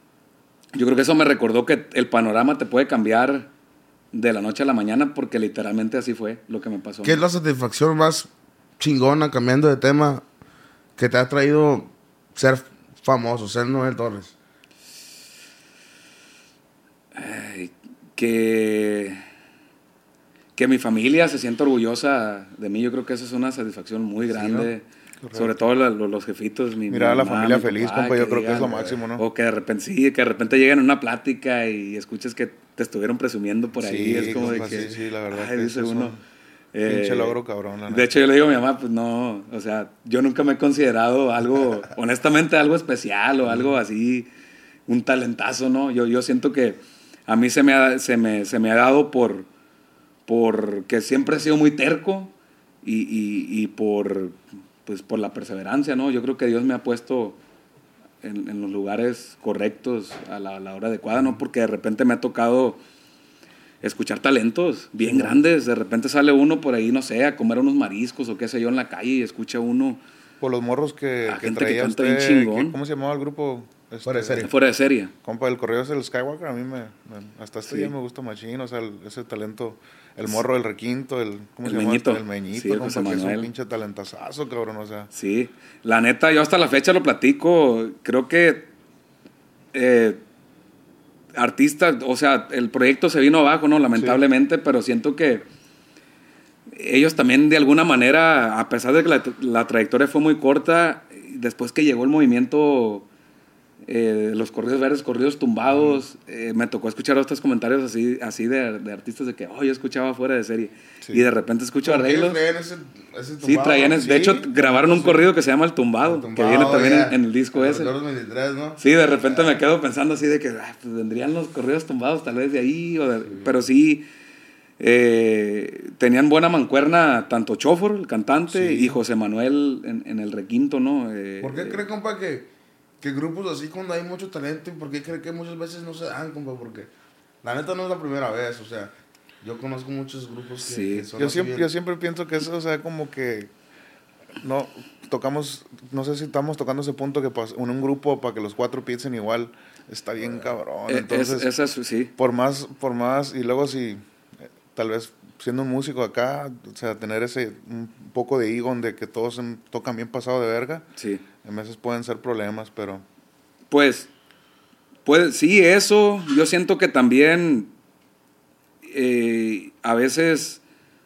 yo creo que eso me recordó que el panorama te puede cambiar de la noche a la mañana, porque literalmente así fue lo que me pasó. ¿Qué es la satisfacción más chingona, cambiando de tema, que te ha traído ser famoso, ser Noel Torres? Ay, que, que mi familia se sienta orgullosa de mí, yo creo que eso es una satisfacción muy grande. Sí, ¿no? Sobre todo los, los jefitos. Mi, Mira, mi la mamá, familia mi feliz, papá, compa, yo que creo digan, que es lo máximo, ¿no? O que de repente, sí, que de repente lleguen a una plática y escuches que te estuvieron presumiendo por ahí. Sí, es como compa, de que, sí, sí, la verdad ay, que dice eso es uno. un Eh, pinche logro cabrón, la de neta. hecho, yo le digo a mi mamá, pues no, o sea, yo nunca me he considerado algo, honestamente, algo especial o algo así, un talentazo, ¿no? Yo, yo siento que a mí se me ha, se me, se me ha dado por, porque siempre he sido muy terco y, y, y por, pues, por la perseverancia, ¿no? Yo creo que Dios me ha puesto en, en los lugares correctos a la, a la hora adecuada, ¿no? Porque de repente me ha tocado escuchar talentos bien grandes. De repente sale uno por ahí, no sé, a comer unos mariscos o qué sé yo en la calle y escucha uno. Por los morros que, a que gente que traía canta usted, bien chingón. que- ¿cómo se llamaba el grupo? Este, Fuera de serie. Fuera de serie. Compa, el correo es el Skywalker, a mí me, me- hasta este Sí. día me gusta machín, o sea, el- ese talento, el morro, el requinto, el, ¿cómo El se llama? Meñito. este? El meñito, Sí, el compa, José que es un Manuel. pinche talentazazo, cabrón, o sea. Sí, la neta, yo hasta la fecha lo platico. Creo que eh, artista, o sea, el proyecto se vino abajo, ¿no? Lamentablemente, pero siento que ellos también de alguna manera, a pesar de que la, la trayectoria fue muy corta, después que llegó el movimiento, eh, los corridos verdes, corridos tumbados, eh, me tocó escuchar estos comentarios así, así de, de artistas de que, oh, yo escuchaba Fuera de Serie. Sí. Y de repente escucho ¿Por qué arreglos. traían ese, ese Sí, tumbado? traían, es- de Sí, hecho, grabaron un sí. corrido que se llama El Tumbado, El que tumbado, viene también ya. en, en el disco En ese. los veintitrés, ¿no? Sí, de repente me quedo pensando así de que, ah, pues vendrían los corridos tumbados tal vez de ahí, o de- pero sí, eh, tenían buena mancuerna tanto Chofor, el cantante, Sí. y José Manuel en, en el requinto, ¿no? Eh, ¿Por qué eh, cree, compa, que, que grupos así cuando hay mucho talento y por qué cree que muchas veces no se dan, compa? Porque la neta no es la primera vez, o sea, yo conozco muchos grupos que, Sí. que son Yo así siempre, bien- yo siempre pienso que eso, o sea, como que no tocamos, no sé si estamos tocando ese punto que pas- en un grupo para que los cuatro piensen igual, está bien cabrón. eh, Entonces, es, esa es- sí, por más, por más, y luego si eh, tal vez siendo un músico acá, o sea, tener ese un poco de ego de que todos em, tocan bien pasado de verga, sí. en veces pueden ser problemas, pero Pues, pues sí, eso, yo siento que también eh, a veces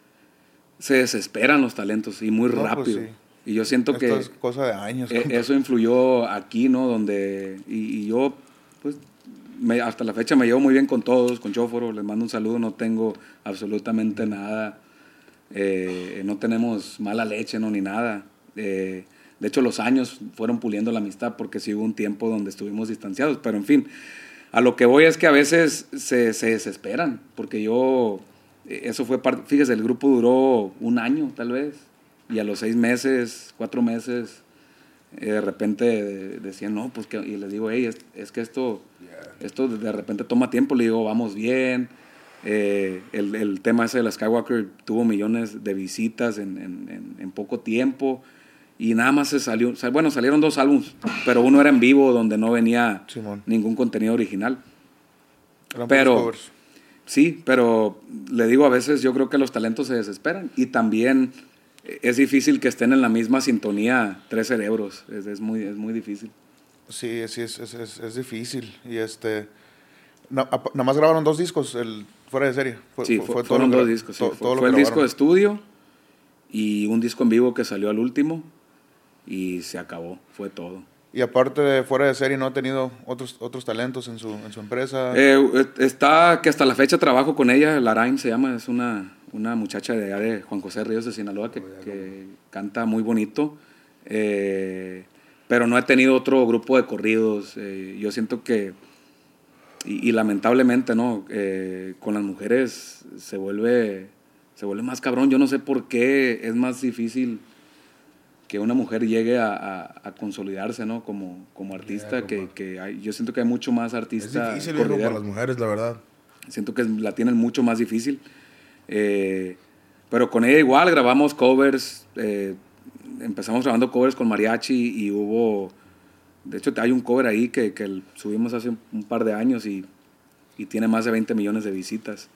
se desesperan los talentos y muy No, pues rápido. sí. Y yo siento esto que es cosa de años. eh, compa. eso influyó aquí, ¿no? Donde, y, y yo, pues, me- hasta la fecha me llevo muy bien con todos, con Chóforo, les mando un saludo, no tengo absolutamente nada, eh, no tenemos mala leche, no, ni nada. Eh, de hecho, los años fueron puliendo la amistad porque sí hubo un tiempo donde estuvimos distanciados, pero en fin, a lo que voy es que a veces se, se desesperan, porque yo, eh, eso fue parte, fíjese, el grupo duró un año tal vez, y a los seis meses, cuatro meses, eh, de repente decían, no, pues que, y les digo, hey, es, es que esto, esto de repente toma tiempo, le digo, vamos bien. Eh, el, el tema ese de la Skywalker tuvo millones de visitas en, en, en, en poco tiempo y nada más se salió, sal, bueno, salieron dos álbumes, pero uno era en vivo donde no venía Simón. ningún contenido original. Eran pero- puros covers. Sí, pero le digo, a veces yo creo que los talentos se desesperan y también es difícil que estén en la misma sintonía tres cerebros, es, es, muy, es muy difícil. Sí, sí, es, es, es, es difícil. Y este. na- apa- nada más grabaron dos discos, el fuera de serie. Fue, Sí, fue- fue- fue todo fueron lo que- dos discos. Sí. to- Fue, todo lo fue que el disco de grabaron. estudio y un disco en vivo que salió al último y se acabó, fue todo. Y aparte de fuera de serie, ¿no ha tenido otros otros talentos en su, en su empresa? Eh, está, que hasta la fecha trabajo con ella, Larain se llama, es una, una muchacha de allá de Juan José Ríos de Sinaloa que, que canta muy bonito, eh, pero no he tenido otro grupo de corridos. Eh, yo siento que, y, y lamentablemente, ¿no? Eh, con las mujeres se vuelve, se vuelve más cabrón. Yo no sé por qué es más difícil que una mujer llegue a, a, a consolidarse, ¿no? Como, como artista, Yeah, que, compa. que hay, yo siento que hay mucho más Es artistas difícil, viejo, para corrideros. las mujeres, la verdad. Siento que la tienen mucho más difícil. Eh, pero con ella igual grabamos covers. eh, empezamos grabando covers con mariachi y hubo... De hecho, hay un cover ahí que, que el- subimos hace un, un par de años y, y tiene más de veinte millones de visitas.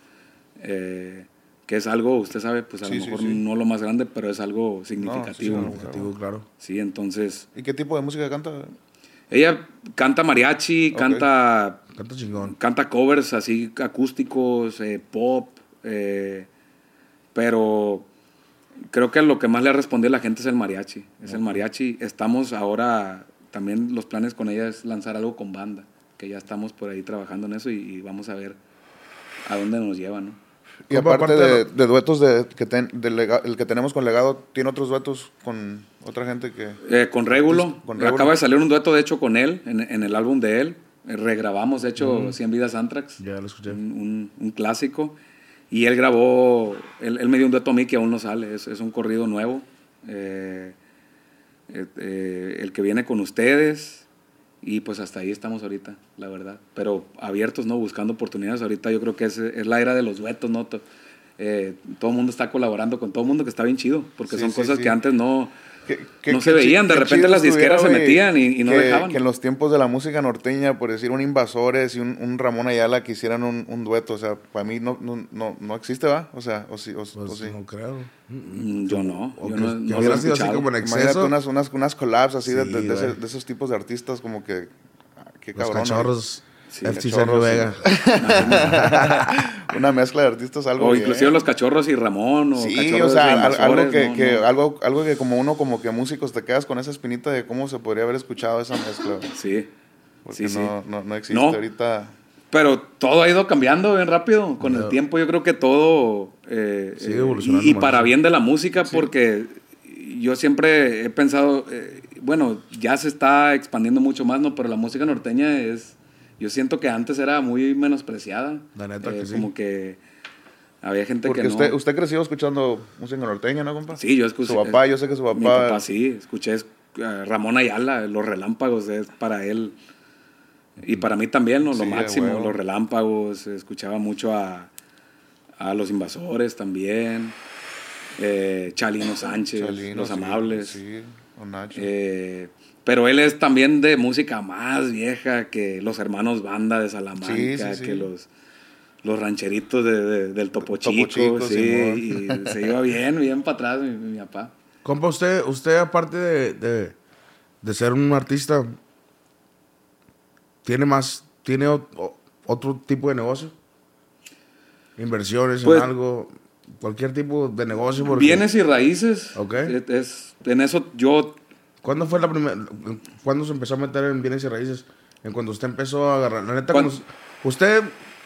Eh, que es algo, usted sabe, pues a Sí, lo sí, mejor sí. no lo más grande, pero es algo sí, significativo. no, ¿no? Objetivo, claro. Sí, entonces... ¿Y qué tipo de música canta? Ella canta mariachi, Ok. canta... Canta chingón. Canta covers así acústicos, eh, pop, eh, pero creo que lo que más le ha respondido a la gente es el mariachi. Es el mariachi. Estamos ahora, también los planes con ella es lanzar algo con banda, que ya estamos por ahí trabajando en eso y, y vamos a ver a dónde nos lleva, ¿no? Y aparte de, de duetos de, que ten, de lega, el que tenemos con Legado, ¿tiene otros duetos con otra gente que...? Eh, con Régulo. Con Régulo. Acaba de salir un dueto, de hecho, con él, en, en el álbum de él. Eh, regrabamos, de hecho, mm. cien Vidas Anthrax. Ya lo escuché. Un, un, un clásico. Y él grabó, él, él me dio un dueto a mí que aún no sale. Es, es un corrido nuevo. Eh, eh, eh, el que viene con ustedes. Y pues hasta ahí estamos ahorita, la verdad. Pero abiertos, ¿no? Buscando oportunidades. Ahorita yo creo que es, es la era de los duetos, ¿no? Eh, todo el mundo está colaborando con todo el mundo, que está bien chido. Porque sí, son sí, cosas sí. que antes no, ¿Qué, qué, no se veían. De repente las disqueras se metían y, y no que, dejaban. Que en los tiempos de la música norteña, por decir, un Invasores y un, un Ramón Ayala que hicieran un, un dueto. O sea, para mí no, no, no, no existe, ¿va? O sea, o sí. O, pues o sí. No creo. Yo no. O yo que, no, que no hubiera lo he sido así como en Imagínate exceso. unas, unas, unas collabs así Sí, de, de, de, ese, de esos tipos de artistas como que... Qué Los cabrón, cachorros. Sí, F T Sergio Vega. Una mezcla de artistas, algo O bien. inclusive los cachorros y Ramón. O sí, cachorros o sea, de al, Invasores, algo, que, no, que, no. algo algo que como uno, como que músicos, te quedas con esa espinita de cómo se podría haber escuchado esa mezcla. Sí. Porque sí, no, sí. no, no existe No. ahorita. Pero todo ha ido cambiando bien rápido. Con No. el tiempo yo creo que todo... Eh, Sigue eh, evolucionando y, y más. para bien de la música, Sí. porque yo siempre he pensado... Eh, bueno, ya se está expandiendo mucho más, ¿no? Pero la música norteña es... Yo siento que antes era muy menospreciada. La neta Eh, que sí. Como que había gente Porque que no... usted, usted creció escuchando música norteña, ¿no, compa? Sí, yo escuché... Su papá, yo sé que su papá... Mi papá sí, escuché uh, Ramón Ayala, Los Relámpagos, es para él. Y para mí también, ¿no? Lo Sí, máximo, huevo. Los Relámpagos, escuchaba mucho a, a Los Invasores también, eh, Chalino Sánchez, Chalino, Los sí, Amables. Sí, o Nacho. Eh, pero él es también de música más vieja que los hermanos Banda de Salamanca, Sí, sí, sí. que los, los rancheritos de, de- del Topo Topo Chico, Chico, sí, Simón. y se iba bien, bien para atrás mi, mi papá. Compa, usted, usted aparte de, de, de ser un artista, ¿tiene más, tiene o- o- otro tipo de negocio? Inversiones Pues- en algo, cualquier tipo de negocio. Porque, Bienes y raíces. Ok. Es, es- en eso yo... ¿Cuándo fue la primera, cuándo se empezó a meter en bienes y raíces? En cuando usted empezó a agarrar, la neta, ¿Cuándo? cuando- usted,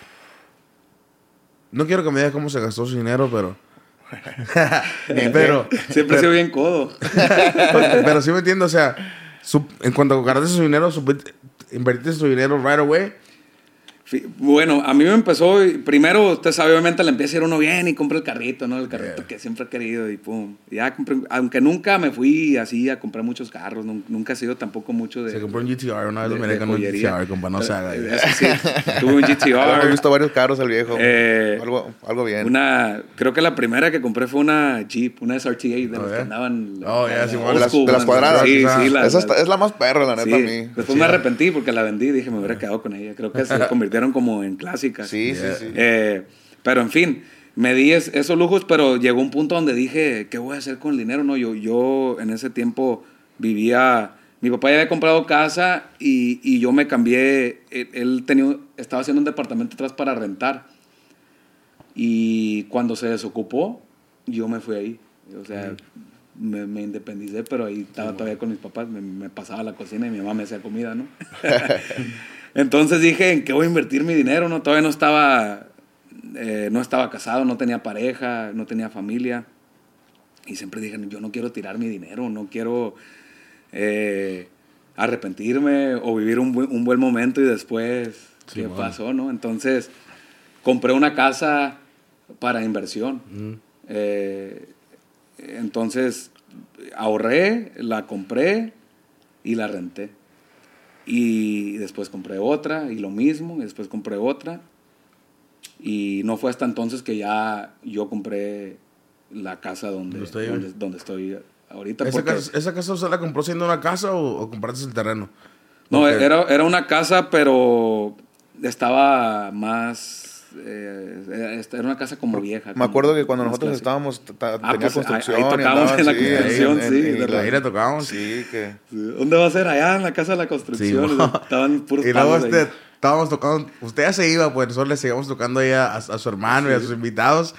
no quiero que me diga cómo se gastó su dinero, pero, pero, Siempre he sido bien codo. pero sí me entiendo, o sea, su- en cuanto agarraste su dinero, supe- invertiste su dinero right away. Fi- Bueno, a mí me empezó, y primero, usted sabe, obviamente le empieza a ir uno bien y compra el carrito, ¿no? El carrito Yeah. que siempre he querido y pum. Ya compré, aunque nunca me fui así a comprar muchos carros, nun- nunca he sido tampoco mucho de... Se compró un G T R, una vez de- lo miré de con un G T joyería. R, compa, no se haga. Eh, eso sí, tuve un G T Hemos R. visto varios carros el viejo. Eh, algo, algo bien. Una, creo que la primera que compré fue una Jeep, una S R T A de Oh, las yeah. que andaban. Oh, yeah, la- sí, old de las- school de las ones. cuadradas. Sí, Ah. sí, la- Esa la- está- es la más perra, la neta, sí. a mí. Después me arrepentí porque la vendí, dije me hubiera quedado con ella. Creo que se convirtieron como en clásicas. Sí, Yeah. sí, sí. Eh, pero en fin, me di es- esos lujos, pero llegó un punto donde dije, ¿qué voy a hacer con el dinero? No, yo, yo en ese tiempo vivía, mi papá ya había comprado casa y, y yo me cambié, él, él tenía, estaba haciendo un departamento atrás para rentar. Y cuando se desocupó, yo me fui ahí. O sea, me, me independicé, pero ahí estaba todavía con mis papás, me, me pasaba a la cocina y mi mamá me hacía comida, ¿no? Entonces dije, ¿en qué voy a invertir mi dinero? No, todavía no estaba, eh, no estaba casado, no tenía pareja, no tenía familia. Y siempre dije, yo no quiero tirar mi dinero, no quiero eh, arrepentirme o vivir un buen, un buen momento y después, Sí, ¿qué bueno. pasó, no? Entonces, compré una casa para inversión. Mm. Eh, entonces, ahorré, la compré y la renté. Y después compré otra y lo mismo, y después compré otra. Y no fue hasta entonces que ya yo compré la casa donde, ¿Dónde estoy donde, hoy? donde estoy ahorita. ¿Esa porque- casa, ¿Esa casa usted la compró siendo una casa o, o compraste el terreno? No, Porque- era, era una casa, pero estaba más... eh, era una casa como vieja. Me como acuerdo que cuando más nosotros clásica. estábamos, t- t- Ah, tenía pues, ahí- construcción. ahí y tocábamos andaban, en la sí, construcción, en- sí, en- de y la- Ahí le tocábamos. Sí, que... ¿Dónde va a ser? Allá en la casa de la construcción. Sí, y mo. estaban puros Y luego palos ahí. este, estábamos tocando, usted ya se iba, pues nosotros le seguíamos tocando ahí a, a- a su hermano y a sus invitados.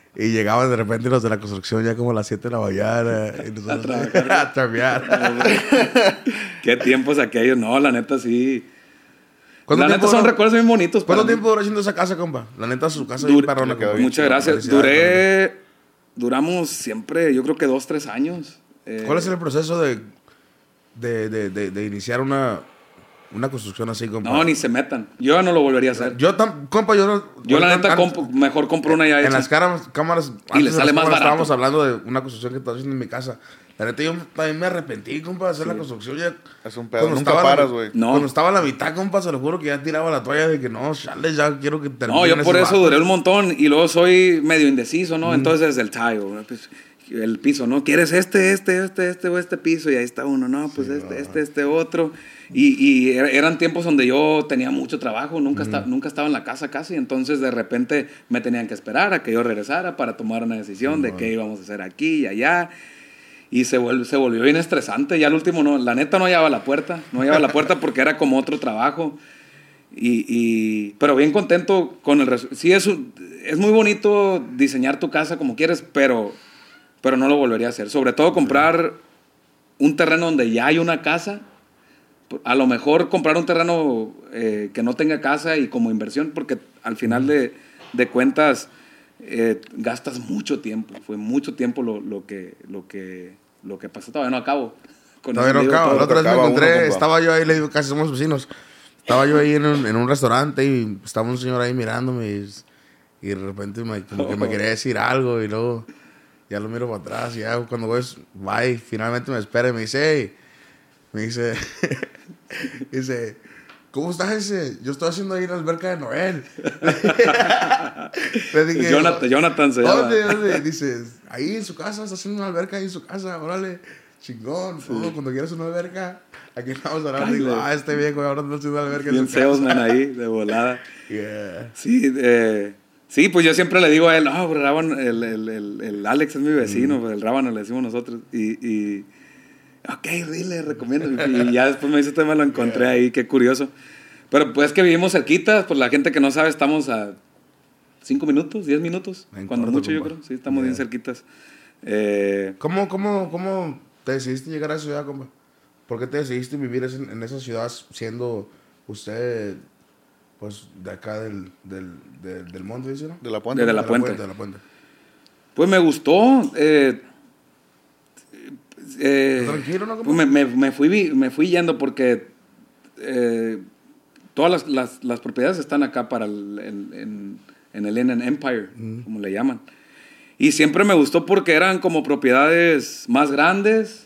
Y llegaban de repente los de la construcción ya como a las siete de la mañana. Y nosotros A trabajar. a chambear. Qué tiempos aquellos. No, la neta sí. ¿Cuánto La neta tiempo son duró- recuerdos bien bonitos. ¿Cuánto para mí. tiempo duró haciendo esa casa, compa? La neta, su casa Dur- bien perrona, le quedó compa. bien Muchas chido. gracias. Felicidades, Duré. Duramos siempre, yo creo que dos, tres años. Eh, ¿Cuál es el proceso de, de, de, de, de iniciar una, una construcción así, compa? No, ni se metan. Yo ya no lo volvería a hacer. Yo, tam- compa, yo no... Yo, la ahorita neta, antes- comp- mejor compro una ya En hecha. las cámaras, cámaras Y le antes de sale las más cámaras barato. estábamos hablando de una construcción que estaba haciendo en mi casa. La neta, yo también me arrepentí, compa, de hacer la construcción. Ya, Es un pedo. cuando Nunca estaba la- paras, güey. No. Cuando estaba a la mitad, compa, se lo juro que ya tiraba la toalla de que no, chale, ya quiero que termine. No, yo por eso duré un montón y luego soy medio indeciso, ¿no? Entonces el tile, ¿no? Pues, el piso, ¿no? ¿Quieres este, este, este, este o este piso? Y ahí está uno, no, pues este, este, este otro. Y, y er- eran tiempos donde yo tenía mucho trabajo, nunca, esta- nunca estaba en la casa casi, entonces de repente me tenían que esperar a que yo regresara para tomar una decisión de qué íbamos a hacer aquí y allá. Y se, vuelve, se volvió bien estresante. Ya al último, no, la neta no hallaba la puerta. No hallaba la puerta porque era como otro trabajo. Y, y- pero bien contento con el resultado. Sí, es, un- es muy bonito diseñar tu casa como quieres, pero, pero no lo volvería a hacer. Sobre todo comprar un terreno donde ya hay una casa. A lo mejor comprar un terreno eh, que no tenga casa y como inversión, porque al final de, de cuentas eh, gastas mucho tiempo. Fue mucho tiempo lo, lo, que, lo, que, lo que pasó. Todavía no acabo. Con Todavía eso no digo acabo. todo. La otra vez me acaba uno, encontré, compa. estaba yo ahí, le digo, casi somos vecinos. Estaba yo ahí en un, en un restaurante y estaba un señor ahí mirándome y, y de repente me, como que me quería decir algo y luego ya lo miro para atrás y ya cuando voy, bye, finalmente me espera y me dice, hey, me dice, dice, ¿cómo estás ese? Yo estoy haciendo ahí en la alberca de Noel. Le dije, Jonathan, Jonathan se llama. ¿dónde, dónde? Dice, ahí en su casa, está haciendo una alberca ahí en su casa, órale, chingón. Oh, cuando quieras una alberca, aquí estamos hablando. Digo, Cállate. ah, este viejo ahora está haciendo una alberca Bien en su casa. salesman ahí, de volada. Yeah. Sí, eh, sí, pues yo siempre le digo a él, no, pero Rábano, el, el, el, el Alex es mi vecino, pues el Rábano le decimos nosotros. Y, y ok, dile, recomiendo. Y, y ya después me dice, usted me lo encontré ahí, qué curioso. Pero pues que vivimos cerquita, pues la gente que no sabe, estamos a cinco minutos, diez minutos, En cuando corto, mucho yo compa. creo, sí, estamos Yeah. bien cerquitas. Eh, ¿Cómo, cómo, ¿Cómo te decidiste llegar a esa ciudad, compa? ¿Por qué te decidiste vivir en, en esa ciudad siendo usted, pues, de acá del, del, del, del monte, dice, no? De la puente. De la Puente. De la puente. pues me gustó. Eh, eh, ¿Tranquilo, no, compa? pues me, me, me fui, vi- me fui yendo porque eh, todas las, las, las propiedades están acá para el, el- en, en el Inland Empire, como le llaman. Y siempre me gustó porque eran como propiedades más grandes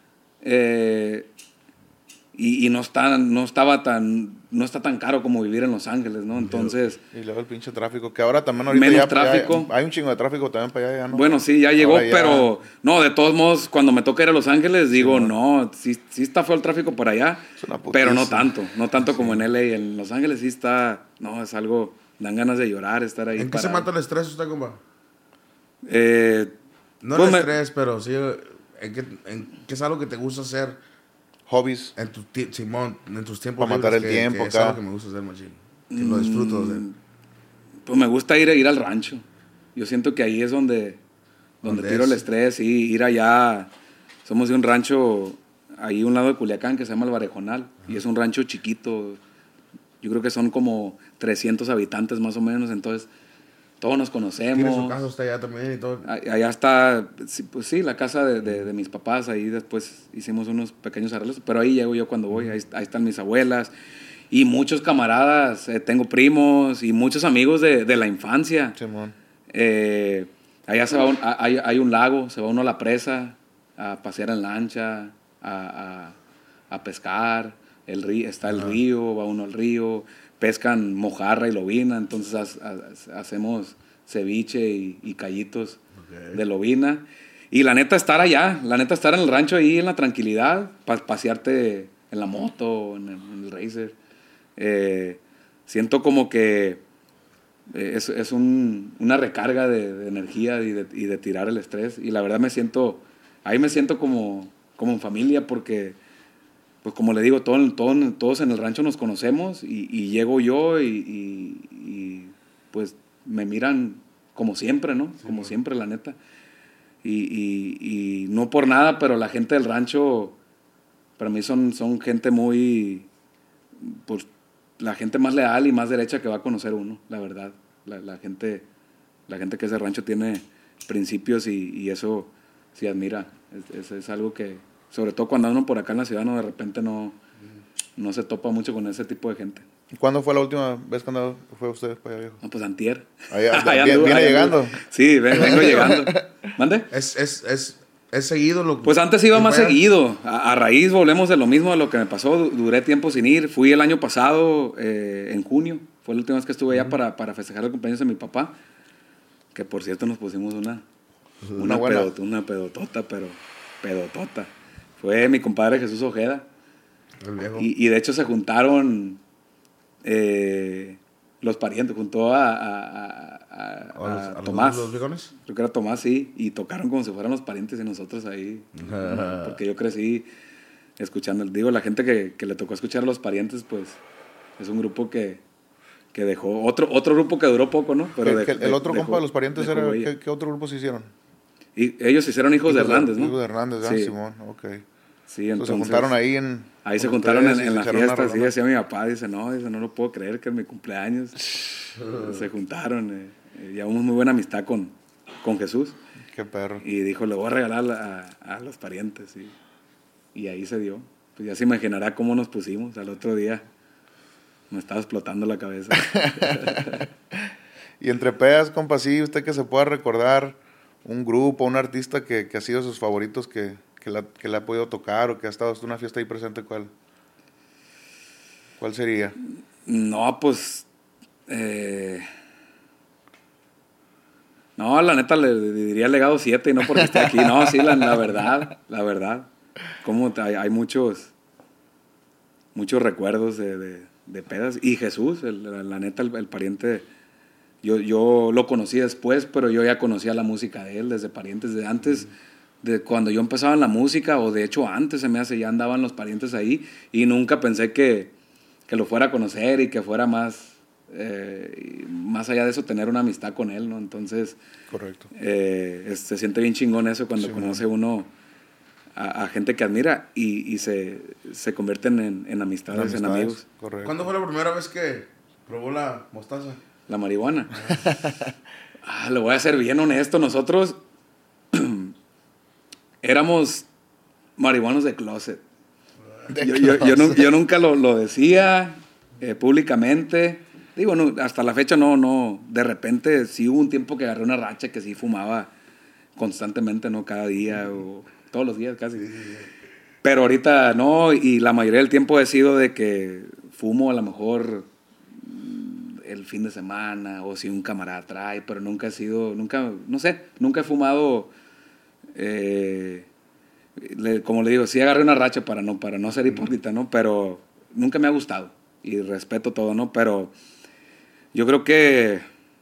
eh, y, y no, están, no estaba tan, no está tan caro como vivir en Los Ángeles, ¿no? Entonces, Y luego el pinche tráfico, que ahora también ahorita Menos ya, ya- tráfico. hay un chingo de tráfico también para allá, ya, ¿no? bueno, sí, ya llegó, Ahora ya- pero no, de todos modos, cuando me toca ir a Los Ángeles, digo, no, sí, sí está feo el tráfico por allá, Es una pero no putiza. tanto, no tanto como en L A. En Los Ángeles sí está, no, es algo, dan ganas de llorar estar ahí. ¿En qué se parado. mata el estrés usted, compa? Eh, No Pues el me- estrés, pero sí, ¿en qué, en qué es algo que te gusta hacer Hobbies. en tu ti- Simón, en tus tiempos Para matar libres, el que- tiempo que es acá. algo que me gusta hacer, machín. Que lo disfruto. de- Pues me gusta ir, ir al rancho. Yo siento que ahí es donde, donde Donde tiro es. el estrés y ir allá. Somos de un rancho ahí a un lado de Culiacán que se llama El Barejonal. Y es un rancho chiquito. Yo creo que son como trescientos habitantes más o menos. Entonces, todos nos Tiene conocemos. su casa usted allá también y todo. A- Allá está, sí, pues sí, la casa de, de- de mis papás. Ahí después hicimos unos pequeños arreglos. Pero ahí llego yo cuando voy. Ahí, ahí están mis abuelas. Y muchos camaradas. eh, tengo primos y muchos amigos de, de la infancia. Simón. Eh, allá se va un- a- hay, hay un lago. Se va uno a la presa a pasear en lancha, a, a- a pescar. El río, está el río, va uno al río. Pescan mojarra y lobina. Entonces ha- ha- hacemos ceviche y, y callitos Ok. de lobina. Y la neta estar allá, la neta estar en el rancho ahí en la tranquilidad, pa- pasearte en la moto, en el, en el racer. Eh, siento como que eh, es, es un- una recarga de, de energía y de, y de tirar el estrés. Y la verdad me siento, ahí me siento como, como en familia porque, pues como le digo, todo, todo- todos en el rancho nos conocemos y, y llego yo y, y- y, pues me miran como siempre, ¿no? Sí, como bueno. siempre, la neta. Y, y, y no por nada, pero la gente del rancho, para mí son, son gente muy, pues, la gente más leal y más derecha que va a conocer uno, la verdad. La, la gente, la gente que es de rancho tiene principios y, y eso se admira. Es, es, es algo que, sobre todo cuando uno por acá en la ciudad, no, de repente no, no se topa mucho con ese tipo de gente. ¿Cuándo fue la última vez cuando fue usted para allá, viejo? No, pues antier. Ahí, ahí, Ahí viene anduve, viene ahí llegando. anduve. Sí, ven- vengo llegando. ¿Mande? Es, es, es, es seguido lo Pues antes iba ¿Y más vaya? seguido. A, a raíz volvemos de lo mismo de lo que me pasó. Du- Duré tiempo sin ir. Fui el año pasado, eh, en junio. Fue la última vez que estuve allá para, para festejar el cumpleaños de mi papá. Que por cierto nos pusimos una, Una una, buena. pedot- una pedotota, pero pedotota. Fue mi compadre Jesús Ojeda. El viejo. Y, y de hecho se juntaron eh, los parientes, juntó a, a, a, a- ¿A los- a a los- Tomás. los viejones? Creo que era Tomás, sí, y tocaron como si fueran los parientes y nosotros ahí. Porque yo crecí escuchando, digo, la gente que, que le tocó escuchar a los parientes, pues es un grupo que, que dejó, otro, otro grupo que duró poco, ¿no? ¿Qué- de- qué- el de- otro dejó- compa de los parientes dejó era, huella. ¿qué, qué otro grupo se hicieron? Y ellos se hicieron hijos de Hernández, ¿no? Hijos de Hernández, ah, Sí. Simón, ok. Sí, Entonces, entonces, se juntaron ahí en... Ahí se con juntaron en, ustedes y en se la echaron una fiesta, sí, rolona. decía mi papá, dice, no, dice, no lo puedo creer que es mi cumpleaños. Se juntaron, eh, eh, llevamos muy buena amistad con, con Jesús. Qué perro. Y dijo, le voy a regalar a, a los parientes. Y, y ahí se dio. Pues ya se imaginará cómo nos pusimos. Al otro día me estaba explotando la cabeza. Y entre pedas, compa, sí, usted que se pueda recordar un grupo, un artista que, que ha sido sus favoritos, que, que, la, que le ha podido tocar o que ha estado en una fiesta ahí presente, ¿cuál? ¿Cuál sería? No, pues... eh, no, la neta le diría Legado siete y no porque esté aquí. No, sí, la, la verdad, la verdad. Como hay, hay muchos muchos recuerdos de, de, de pedas. Y Jesús, el, la, la neta, el, el pariente... Yo, yo lo conocí después, pero yo ya conocía la música de él desde parientes, de antes, de cuando yo empezaba en la música, o de hecho antes se me hace, ya andaban los parientes ahí, y nunca pensé que, que lo fuera a conocer y que fuera más, eh, más allá de eso, tener una amistad con él, ¿no? Entonces, Correcto. eh, es- se siente bien chingón eso cuando Sí, conoce uno a, a gente que admira y, y se, se convierten en, en amistades, en Amistades, amigos. Correcto. ¿Cuándo fue la primera vez que probó la mostaza? La marihuana. Ah, le voy a ser bien honesto. Nosotros éramos marihuanos de closet. De Yo, yo, yo, closet. nu- yo nunca lo, lo decía eh, públicamente. Digo, no, hasta la fecha no, no. De repente sí hubo un tiempo que agarré una racha que sí fumaba constantemente, ¿no? Cada día o todos los días casi. Pero ahorita no, y la mayoría del tiempo he sido de que fumo a lo mejor el fin de semana o si un camarada trae, pero nunca he sido, nunca, no sé, nunca he fumado, eh, le- como le digo, sí agarré una racha para no, para no ser hipócrita, ¿no? Pero nunca me ha gustado y respeto todo, ¿no? Pero yo creo que,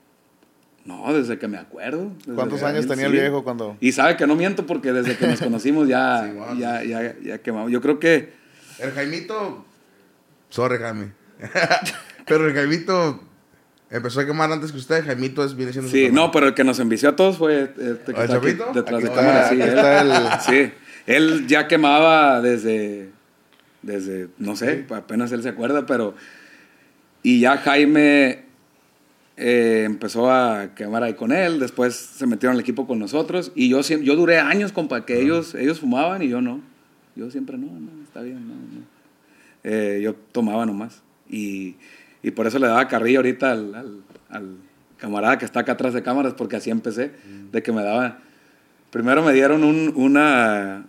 no, desde que me acuerdo. desde ¿Cuántos que- años tenía el sí. viejo cuando...? Y sabe que no miento porque desde que nos conocimos ya, Sí, wow. ya, ya, ya quemamos. Yo creo que, El Jaimito... Sorry, Jaime. Pero el Jaimito empezó a quemar antes que usted. Jaimito es, viene siendo... su sí, hermano. no, pero el que nos envició a todos fue este que ¿El está aquí Chapito? detrás Aquí de está, cámara. Sí, aquí él, está el- sí, él ya quemaba desde, desde, no sé, apenas él se acuerda, pero... Y ya Jaime eh, empezó a quemar ahí con él, después se metieron al equipo con nosotros, y yo, siem- yo duré años, compa, que ellos, ellos fumaban y yo no. Yo siempre, no, no, está bien, no, no. Eh, yo tomaba nomás. Y, y por eso le daba carrilla ahorita al, al, al camarada que está acá atrás de cámaras, porque así empecé, de que me daba... Primero me dieron un, una...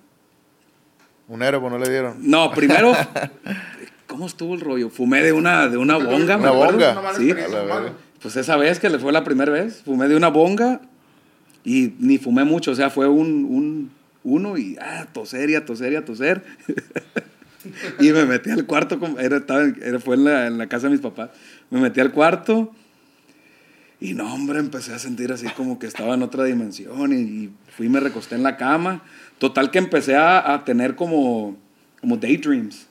Un héroe, no le dieron. No, primero... ¿Cómo estuvo el rollo? Fumé de una, de una bonga, ¿me Una acuerdo? bonga. Una mala Sí. experiencia, A la hermano. Pues esa vez que le fue la primera vez, fumé de una bonga y ni fumé mucho, o sea, fue un, un uno y ah, toser y a toser y a toser. Y me metí al cuarto, como- era, estaba, en- era, fue en la, en la casa de mis papás. Me metí al cuarto y no, hombre, empecé a sentir así como que estaba en otra dimensión y, y fui y me recosté en la cama. Total que empecé a, a tener como, como daydreams.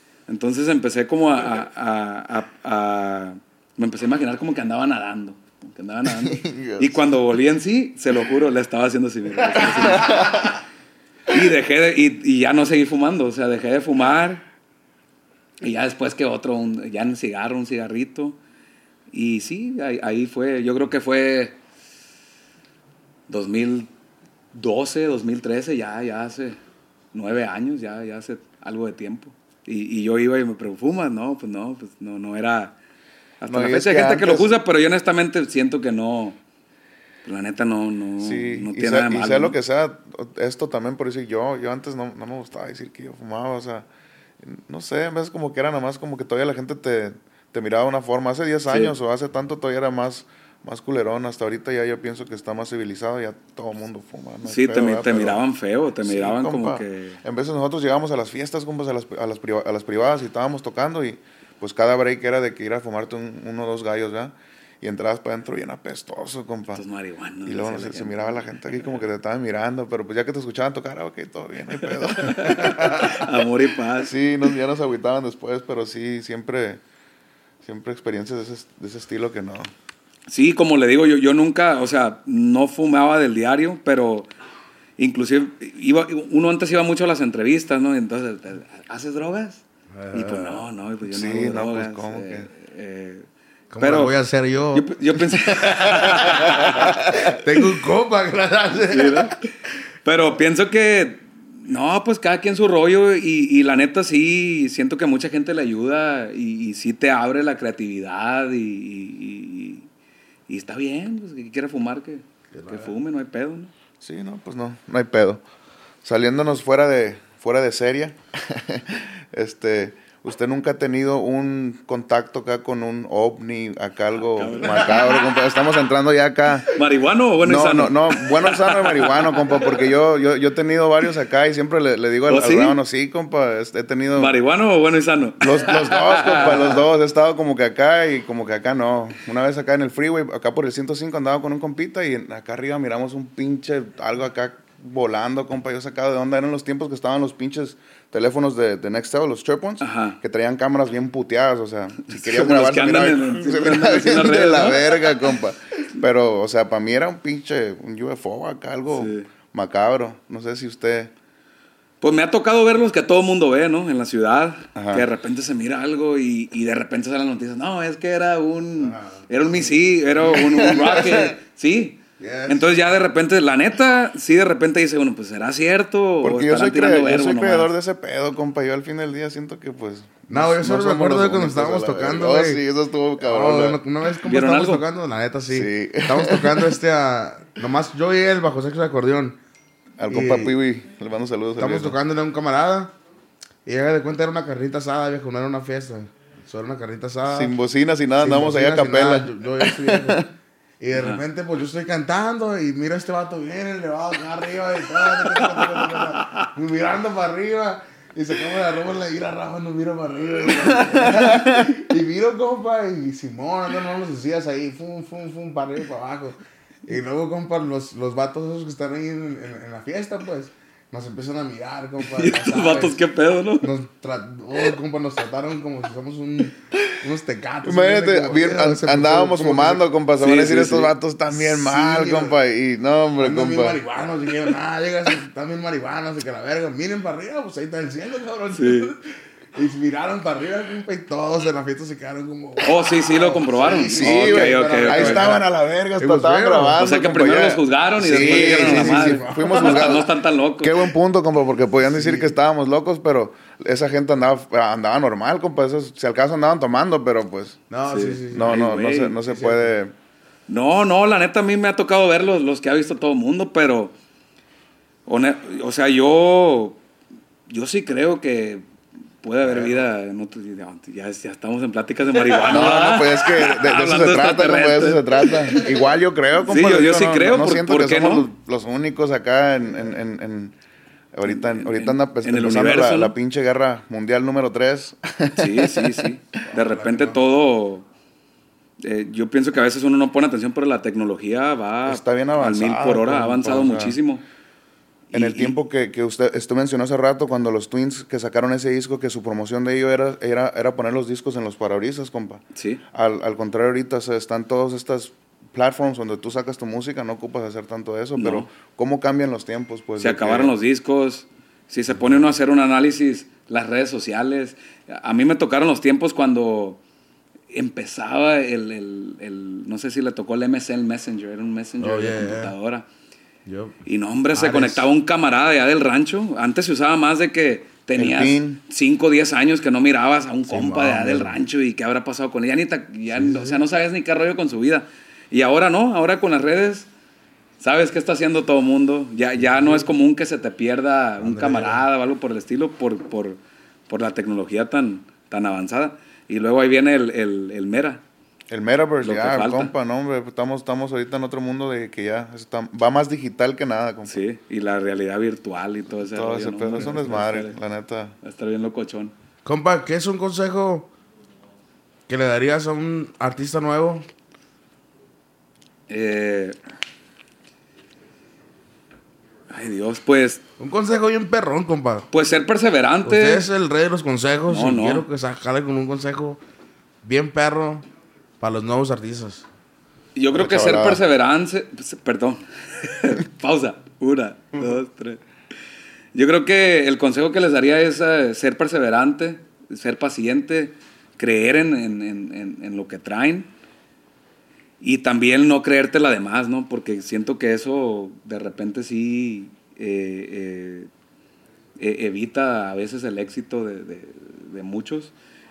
Entonces empecé como a, a, a, a- a- me empecé a imaginar como que andaba nadando. que andaba nadando. Y cuando volví en sí, se lo juro, le estaba haciendo así. Mira, le estaba haciendo. Y dejé de, y, y ya no seguí fumando, o sea, dejé de fumar. Y ya después que otro, un, ya en cigarro, un cigarrito. Y sí, ahí, ahí fue, yo creo que fue dos mil doce, dos mil trece, ya, ya hace nueve años, ya, ya hace algo de tiempo. Y, y yo iba y me preguntaba, ¿fumas? No, pues no, pues no, no era... Hasta No, la y es fecha hay que gente que lo antes- juzga, pero yo honestamente siento que no... La neta no, no, Sí, no y tiene sea, nada de y malo. sea ¿no? lo que sea, esto también por decir yo, yo antes no, no me gustaba decir que yo fumaba, o sea, no sé, en vez como que era nada más como que todavía la gente te, te miraba de una forma, hace diez años Sí. o hace tanto todavía era más, más culerón, hasta ahorita ya yo pienso que está más civilizado, ya todo el mundo fuma. No hay Sí, te, pedo, mi- ¿verdad? te Pero- miraban feo, te Sí, miraban como compa. que... En veces nosotros llegábamos a las fiestas, compas, a las, a las, priva- a las privadas y estábamos tocando y pues cada break era de que ir a fumarte un- uno o dos gallos, ¿verdad? Y entrabas para adentro bien apestoso, compa. Estos marihuanos. Y luego decía se, la se gente. miraba la gente aquí como que te estaban mirando, pero pues ya que te escuchaban tocar, ah, ok, todo bien, no hay pedo. Amor y paz. Sí, nos, ya nos agüitaban después, pero sí, siempre, siempre experiencias de ese, de ese estilo que no. Sí, como le digo, yo, yo nunca, o sea, no fumaba del diario, pero inclusive iba, uno antes iba mucho a las entrevistas, ¿no? Entonces, ¿haces drogas? Y pues no, no, pues yo Sí, no hago no, pues, drogas. ¿cómo eh, que? eh, ¿Cómo pero lo voy a hacer yo? yo, yo pensé... Tengo un compa que la hace. Sí, ¿no? Pero pienso que, no, pues cada quien su rollo y, y la neta sí, siento que mucha gente le ayuda y, y sí te abre la creatividad y, y, y- y está bien, pues que quiera fumar, que, que fume, no hay pedo, ¿no? Sí, no, pues no, no hay pedo. Saliéndonos fuera de, fuera de serie, este, ¿usted nunca ha tenido un contacto acá con un ovni, acá algo macabro, compa? Estamos entrando ya acá. ¿Marihuano o bueno y no, sano? no, no, bueno, sano y marihuano, compa, porque yo, yo, yo he tenido varios acá y siempre le, le digo al, ¿Oh, al sí? rábano, sí, compa, este, he tenido... ¿Marihuano o bueno y sano? Los, los dos, compa, los dos. He estado como que acá y como que acá no. Una vez acá en el freeway, acá por el ciento cinco andaba con un compita y acá arriba miramos un pinche, algo acá volando, compa. Yo sacado de onda. Eran los tiempos que estaban los pinches teléfonos de, de Nextel, los Chirp Ones, Ajá. que traían cámaras bien puteadas, o sea, si querías Como los grabar, que se andan miraba, en- se siempre miraba andan así en las bien de redes, la ¿no? verga, compa. Pero, o sea, para mí era un pinche, un U F O acá, algo Sí. macabro. No sé si usted... Pues me ha tocado ver los que todo mundo ve, ¿no? En la ciudad, Ajá. que de repente se mira algo y, y de repente salen las noticias. No, es que era un, era un misil, era un, un rocket, sí. Yes. Entonces ya de repente, la neta, sí de repente dice, bueno, pues ¿será cierto? Porque o yo soy, estarán tirando cre- yo verbo soy nomás? creador de ese pedo, compa. Yo al fin del día siento que, pues... No, yo solo me somos acuerdo los de cuando únicos a estábamos la tocando, verga. Oh, güey. sí, eso estuvo No, cabrón. una, una vez como ¿Vieron estábamos algo? tocando, la neta sí. Sí. Estábamos tocando este a... Nomás yo y él bajo sexo de acordeón. Al compa Y- Piwi, le mando saludos. al Estamos viejo. tocándole a un camarada. Y haga de cuenta era una carnita asada, viejo, no era una fiesta. Solo una carnita asada. Sin bocinas y nada, Sin andamos allá a bocinas, sin capela. nada, Yo, yo ya estoy viejo. Y de repente, pues yo estoy cantando y miro a este vato bien elevado acá arriba y tal, y mirando para arriba. Y sacamos la ropa, le ir a Rafa, nos miro para arriba. Y, y miro, compa, y Simón, andando los decías ahí, fum, fum, fum, para arriba y para abajo. Y luego, compa, los, los vatos esos que están ahí en, en, en la fiesta, pues, nos empiezan a mirar, compa. Y ya estos sabes. vatos, qué pedo, ¿no? Nos, tra oh, compa, nos trataron como si somos un, unos tecatos. Imagínate, como- bien, eh, se puso andábamos como que fumando, se- compa. Se Sí, van a decir sí, estos sí. vatos también Sí, mal, güey. compa. Y no, hombre, Andan bien compa. marihuanos, dijeron, ah, llegas, están bien marihuanos, y que la verga, miren para arriba, pues ahí está el cielo, cabrón. Sí. Y miraron para arriba, compa, y todos en la fiesta se quedaron como... Oh, sí, sí, lo comprobaron. Sí, Ok, güey. ok, pero ok. Ahí estaban a la verga, hasta It was estaban real. grabando. O sea que compa, primero ya. los juzgaron y Sí, después dijeron a la sí, sí, madre. sí, fuimos No están- juzgados. No están tan locos. Qué buen punto, compa, porque podían decir que estábamos locos, pero esa gente andaba, andaba normal, compa. Esos, si al caso andaban tomando, pero pues No, sí, sí, sí. no, Ay, no, no güey. se, no se Sí, puede. No, no, la neta a mí me ha tocado ver los, los que ha visto todo el mundo, pero... one- O sea, yo... Yo sí creo que puede haber vida en otro... Ya, ya estamos en pláticas de marihuana. No, no, pues es que de, de eso Hablando se de trata, compa, de eso se extraterrestres. trata. Igual yo creo, compa. Sí, yo- yo no, sí no, creo, No, ¿por- siento por que qué somos no? los, los únicos acá en... en, en, en- ahorita, En- ahorita en- anda pues, en el empezando universo, la, ¿no? la pinche guerra mundial número tres. Sí, sí, sí. De repente todo... eh, yo pienso que a veces uno no pone atención, pero la tecnología va Está bien al mil avanzada, por hora, ha compa, avanzado o sea, muchísimo. En Y- el tiempo que, que usted, usted mencionó hace rato, cuando los Twins que sacaron ese disco, que su promoción de ello era, era, era poner los discos en los parabrisas, compa. Sí. Al, al contrario, ahorita o sea, están todas estas platforms donde tú sacas tu música, no ocupas hacer tanto eso, No. pero ¿cómo cambian los tiempos? Pues, Se de acabaron que- los discos. Si se pone uno a hacer un análisis, las redes sociales. A mí me tocaron los tiempos cuando empezaba el, el, el- no sé si le tocó el M S N Messenger, era un Messenger Oh, de yeah, yeah. computadora. Yo, Y no, hombre, se Ares. conectaba un camarada allá del rancho. Antes se usaba más de que tenías pin. cinco o diez años que no mirabas a un compa de allá man. del rancho y qué habrá pasado con él. Ya ni ta- ya, o sea, no sabías ni qué rollo con su vida. Y ahora no, ahora con las redes, sabes qué está haciendo todo el mundo. Ya, ya no es común que se te pierda un Ándale. camarada o algo por el estilo por, por, por la tecnología tan, tan avanzada. Y luego ahí viene el, el, el Mera. El Metaverse, Lo que ya, falta. compa, no, hombre, estamos, estamos ahorita en otro mundo de que ya está, va más digital que nada, compa. Sí, y la realidad virtual y todo ese Todo rollo, ese ¿no? pedo es un Va a desmadre, estar- la neta. Va a estar bien locochón. compa, ¿qué es un consejo que le darías a un artista nuevo? Eh, ay, Dios, pues, Un consejo bien perrón, compa. pues ser perseverante. Usted es el rey de los consejos No, y no. quiero que se jale con un consejo bien perro para los nuevos artistas. Yo creo que ser Chavalada. perseverante. Perdón. Pausa. Una, dos, tres. Yo creo que el consejo que les daría es eh, ser perseverante, ser paciente, creer en, en, en, en- en lo que traen y también no creértela de más, ¿no? Porque siento que eso de repente sí eh, eh, e- evita a veces el éxito de, de- de muchos.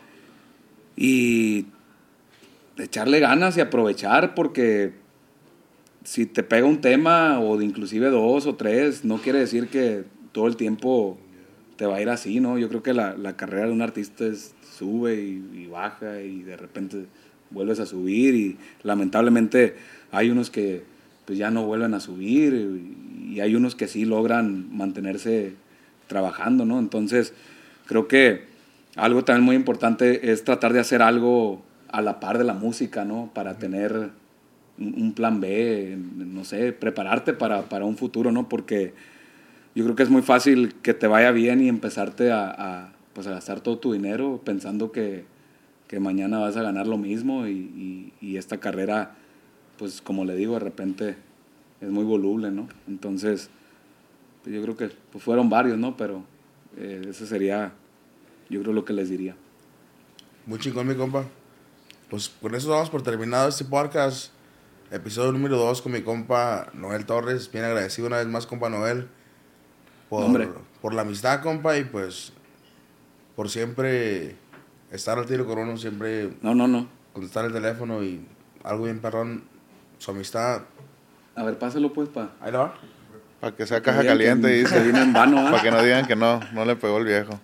Y echarle ganas y aprovechar, porque si te pega un tema o de inclusive dos o tres, no quiere decir que todo el tiempo te va a ir así, ¿no? Yo creo que la, la carrera de un artista es, sube y, y baja y de repente vuelves a subir y lamentablemente hay unos que pues ya no vuelven a subir y, y hay unos que sí logran mantenerse trabajando, ¿no? Entonces creo que algo también muy importante es tratar de hacer algo a la par de la música, ¿no? Para tener un, un plan B, no sé, prepararte para, para un futuro, ¿no? Porque yo creo que es muy fácil que te vaya bien y empezarte a, a, pues a gastar todo tu dinero pensando que, que mañana vas a ganar lo mismo y, y, y esta carrera, pues como le digo, de repente es muy voluble, ¿no? Entonces, pues yo creo que pues fueron varios, ¿no? Pero eh, eso sería, yo creo, lo que les diría. Muy chingón, mi compa. Pues con eso damos por terminado este podcast. Episodio número dos con mi compa Noel Torres. Bien agradecido una vez más, compa Noel. Por, Hombre. por la amistad, compa. Y pues por siempre estar al tiro con uno. Siempre No, no, no. contestar el teléfono y algo bien perrón. Su amistad. A ver, pásalo pues, pa. Ahí lo va. Para que sea caja Que digan caliente, que dice. se vino en vano, ¿ah? Para que no digan que no, no le pegó el viejo.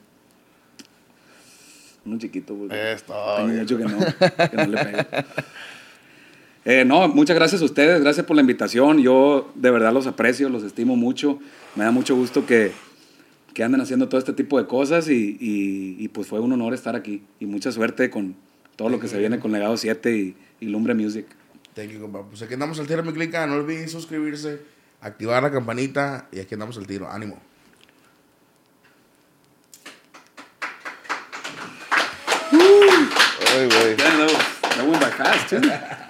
Uno chiquito, güey. Esto, Tengo bien. mucho que no, que no le pegue. Eh, no, muchas gracias a ustedes, gracias por la invitación. Yo de verdad los aprecio, los estimo mucho. Me da mucho gusto que, que anden haciendo todo este tipo de cosas y, y, y pues fue un honor estar aquí. Y mucha suerte con todo lo que se viene con Legado siete y, y Lumbre Music. Thank you, compa. Pues aquí andamos al tiro, mi clica. No olviden suscribirse, activar la campanita. Y aquí andamos al tiro. Ánimo. Ay, güey. Yeah, that, was, that went by fast, too.